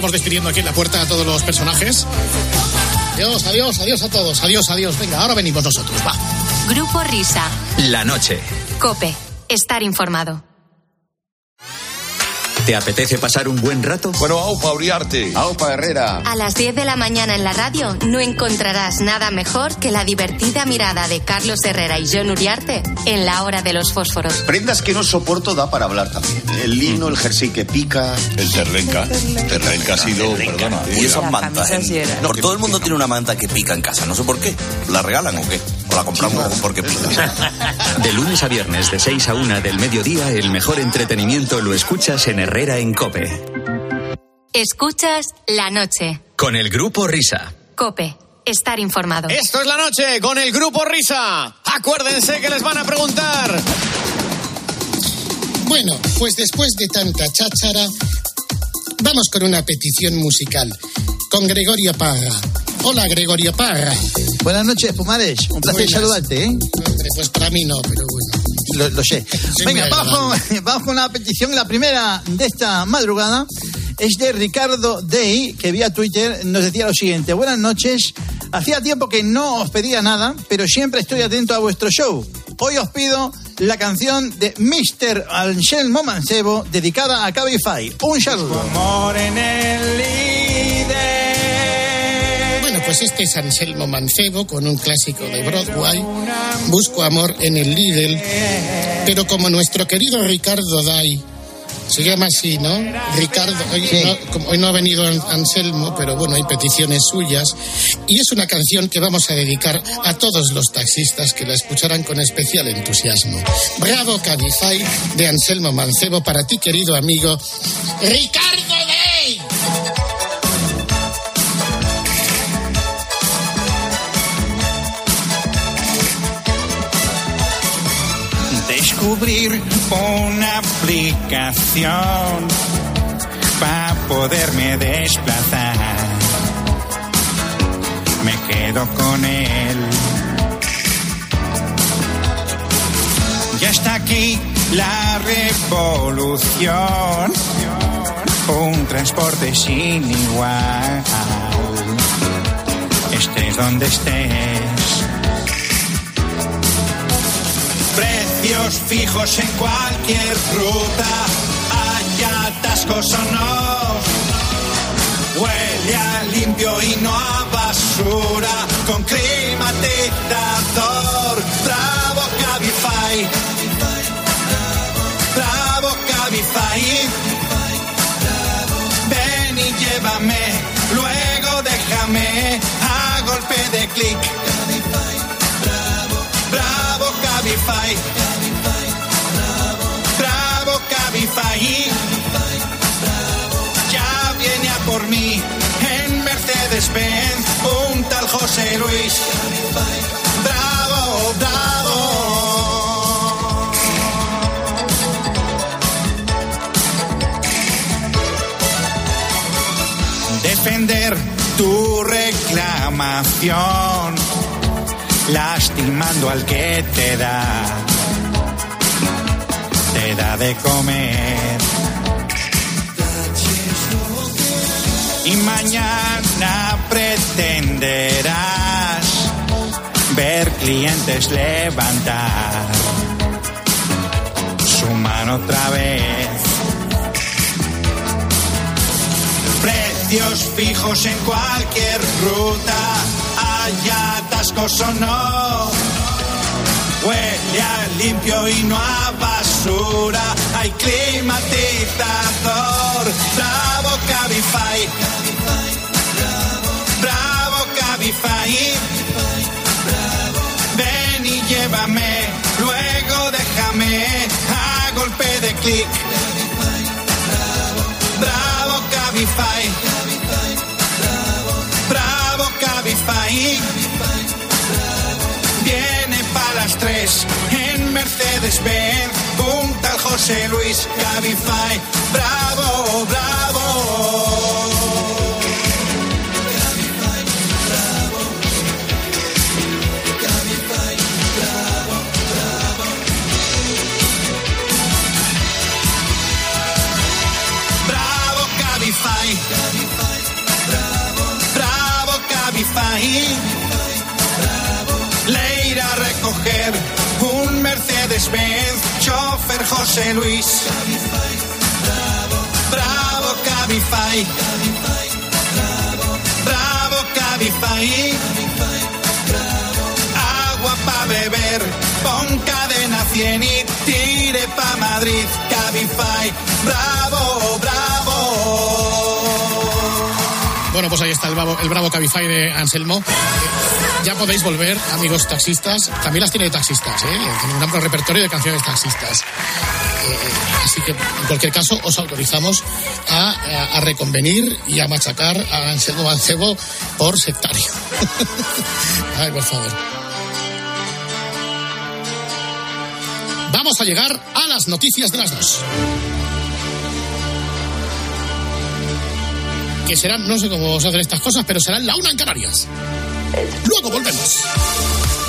estamos despidiendo aquí en la puerta a todos los personajes. Adiós, adiós, adiós a todos. Adiós, adiós. Venga, ahora venimos nosotros. Va. Grupo Risa. La noche. COPE. Estar informado. ¿Te apetece pasar un buen rato? Bueno, aupa Uriarte. Aupa Herrera. A las diez de la mañana en la radio no encontrarás nada mejor que la divertida mirada de Carlos Herrera y Jon Uriarte en la hora de los fósforos. Prendas que no soporto da para hablar también. El lino, el jersey que pica. El terrenca. Terrenca ha sido, perdona. Y esas mantas. ¿eh? No, por todo el mundo tiene una manta que pica en casa. No sé por qué. ¿La regalan o qué? ¿O la compramos porque pica? De lunes a viernes, de seis a una del mediodía, el mejor entretenimiento lo escuchas en Herrera en COPE. Escuchas La Noche. Con el Grupo Risa. COPE. Estar informado. Esto es La Noche con el Grupo Risa. Acuérdense que les van a preguntar. Bueno, pues después de tanta cháchara, vamos con una petición musical. Con Gregorio Parra. Hola, Gregorio Parra. Buenas noches, Pumares. Un placer Buenas. saludarte, ¿eh? Hombre, pues para mí no, pero bueno. Lo, lo sé. Soy Venga, muy vamos, vamos con la petición. La primera de esta madrugada es de Ricardo Day, que vía Twitter nos decía lo siguiente. Buenas noches. Hacía tiempo que no os pedía nada, pero siempre estoy atento a vuestro show. Hoy os pido la canción de mister Anselmo Mancebo, dedicada a Cabify. Un saludo. Amor en el líder. Bueno, pues este es Anselmo Mancebo con un clásico de Broadway. Busco amor en el Lidl. Pero como nuestro querido Ricardo Day, se llama así, ¿no? Ricardo, hoy, sí. no, como hoy no ha venido Anselmo, pero bueno, hay peticiones suyas. Y es una canción que vamos a dedicar a todos los taxistas que la escucharán con especial entusiasmo. Bravo Cabify, de Anselmo Mancebo, para ti, querido amigo Ricardo Day. Descubrir una aplicación para poderme desplazar. Me quedo con él. Ya está aquí la revolución. Un transporte sin igual. Estés donde estés. Precios fijos en cualquier ruta, haya atascos o no. Huele a limpio y no a basura, con climatizador. Bravo Cabify, bravo Cabify. Ven y llévame, luego déjame a golpe de clic. Bravo Cabify, bravo Cabify, ya viene a por mí en Mercedes-Benz un tal José Luis. Bravo, bravo. Defender tu reclamación, lastimando al que te da, te da de comer. Y mañana pretenderás ver clientes levantar su mano otra vez. Precios fijos en cualquier ruta, haya atascos o no. Huele a limpio y no a basura, hay climatizador. Bravo Cabify, bravo Cabify. Ven y llévame, luego déjame a golpe de clic. Bravo Cabify, bravo Cabify. Viene para las tres en Mercedes-Benz un tal José Luis. Cabify, bravo, bravo. Bravo Cabify. Mercedes-Benz, chofer José Luis. Bravo Cabify, bravo Cabify, agua pa' beber, pon cadena cien y tire pa' Madrid. Cabify, bravo, bravo. Bueno, pues ahí está el bravo, el bravo Cabify de Anselmo. Eh, ya podéis volver, amigos taxistas. También las tiene de taxistas, ¿eh? Tiene un amplio repertorio de canciones taxistas. Eh, así que, en cualquier caso, os autorizamos a, a, a reconvenir y a machacar a Anselmo Mancebo por sectario. Ay, por favor. Vamos a llegar a las noticias de las dos. Que serán, no sé cómo se hacen estas cosas, pero serán la una en Canarias. Luego volvemos.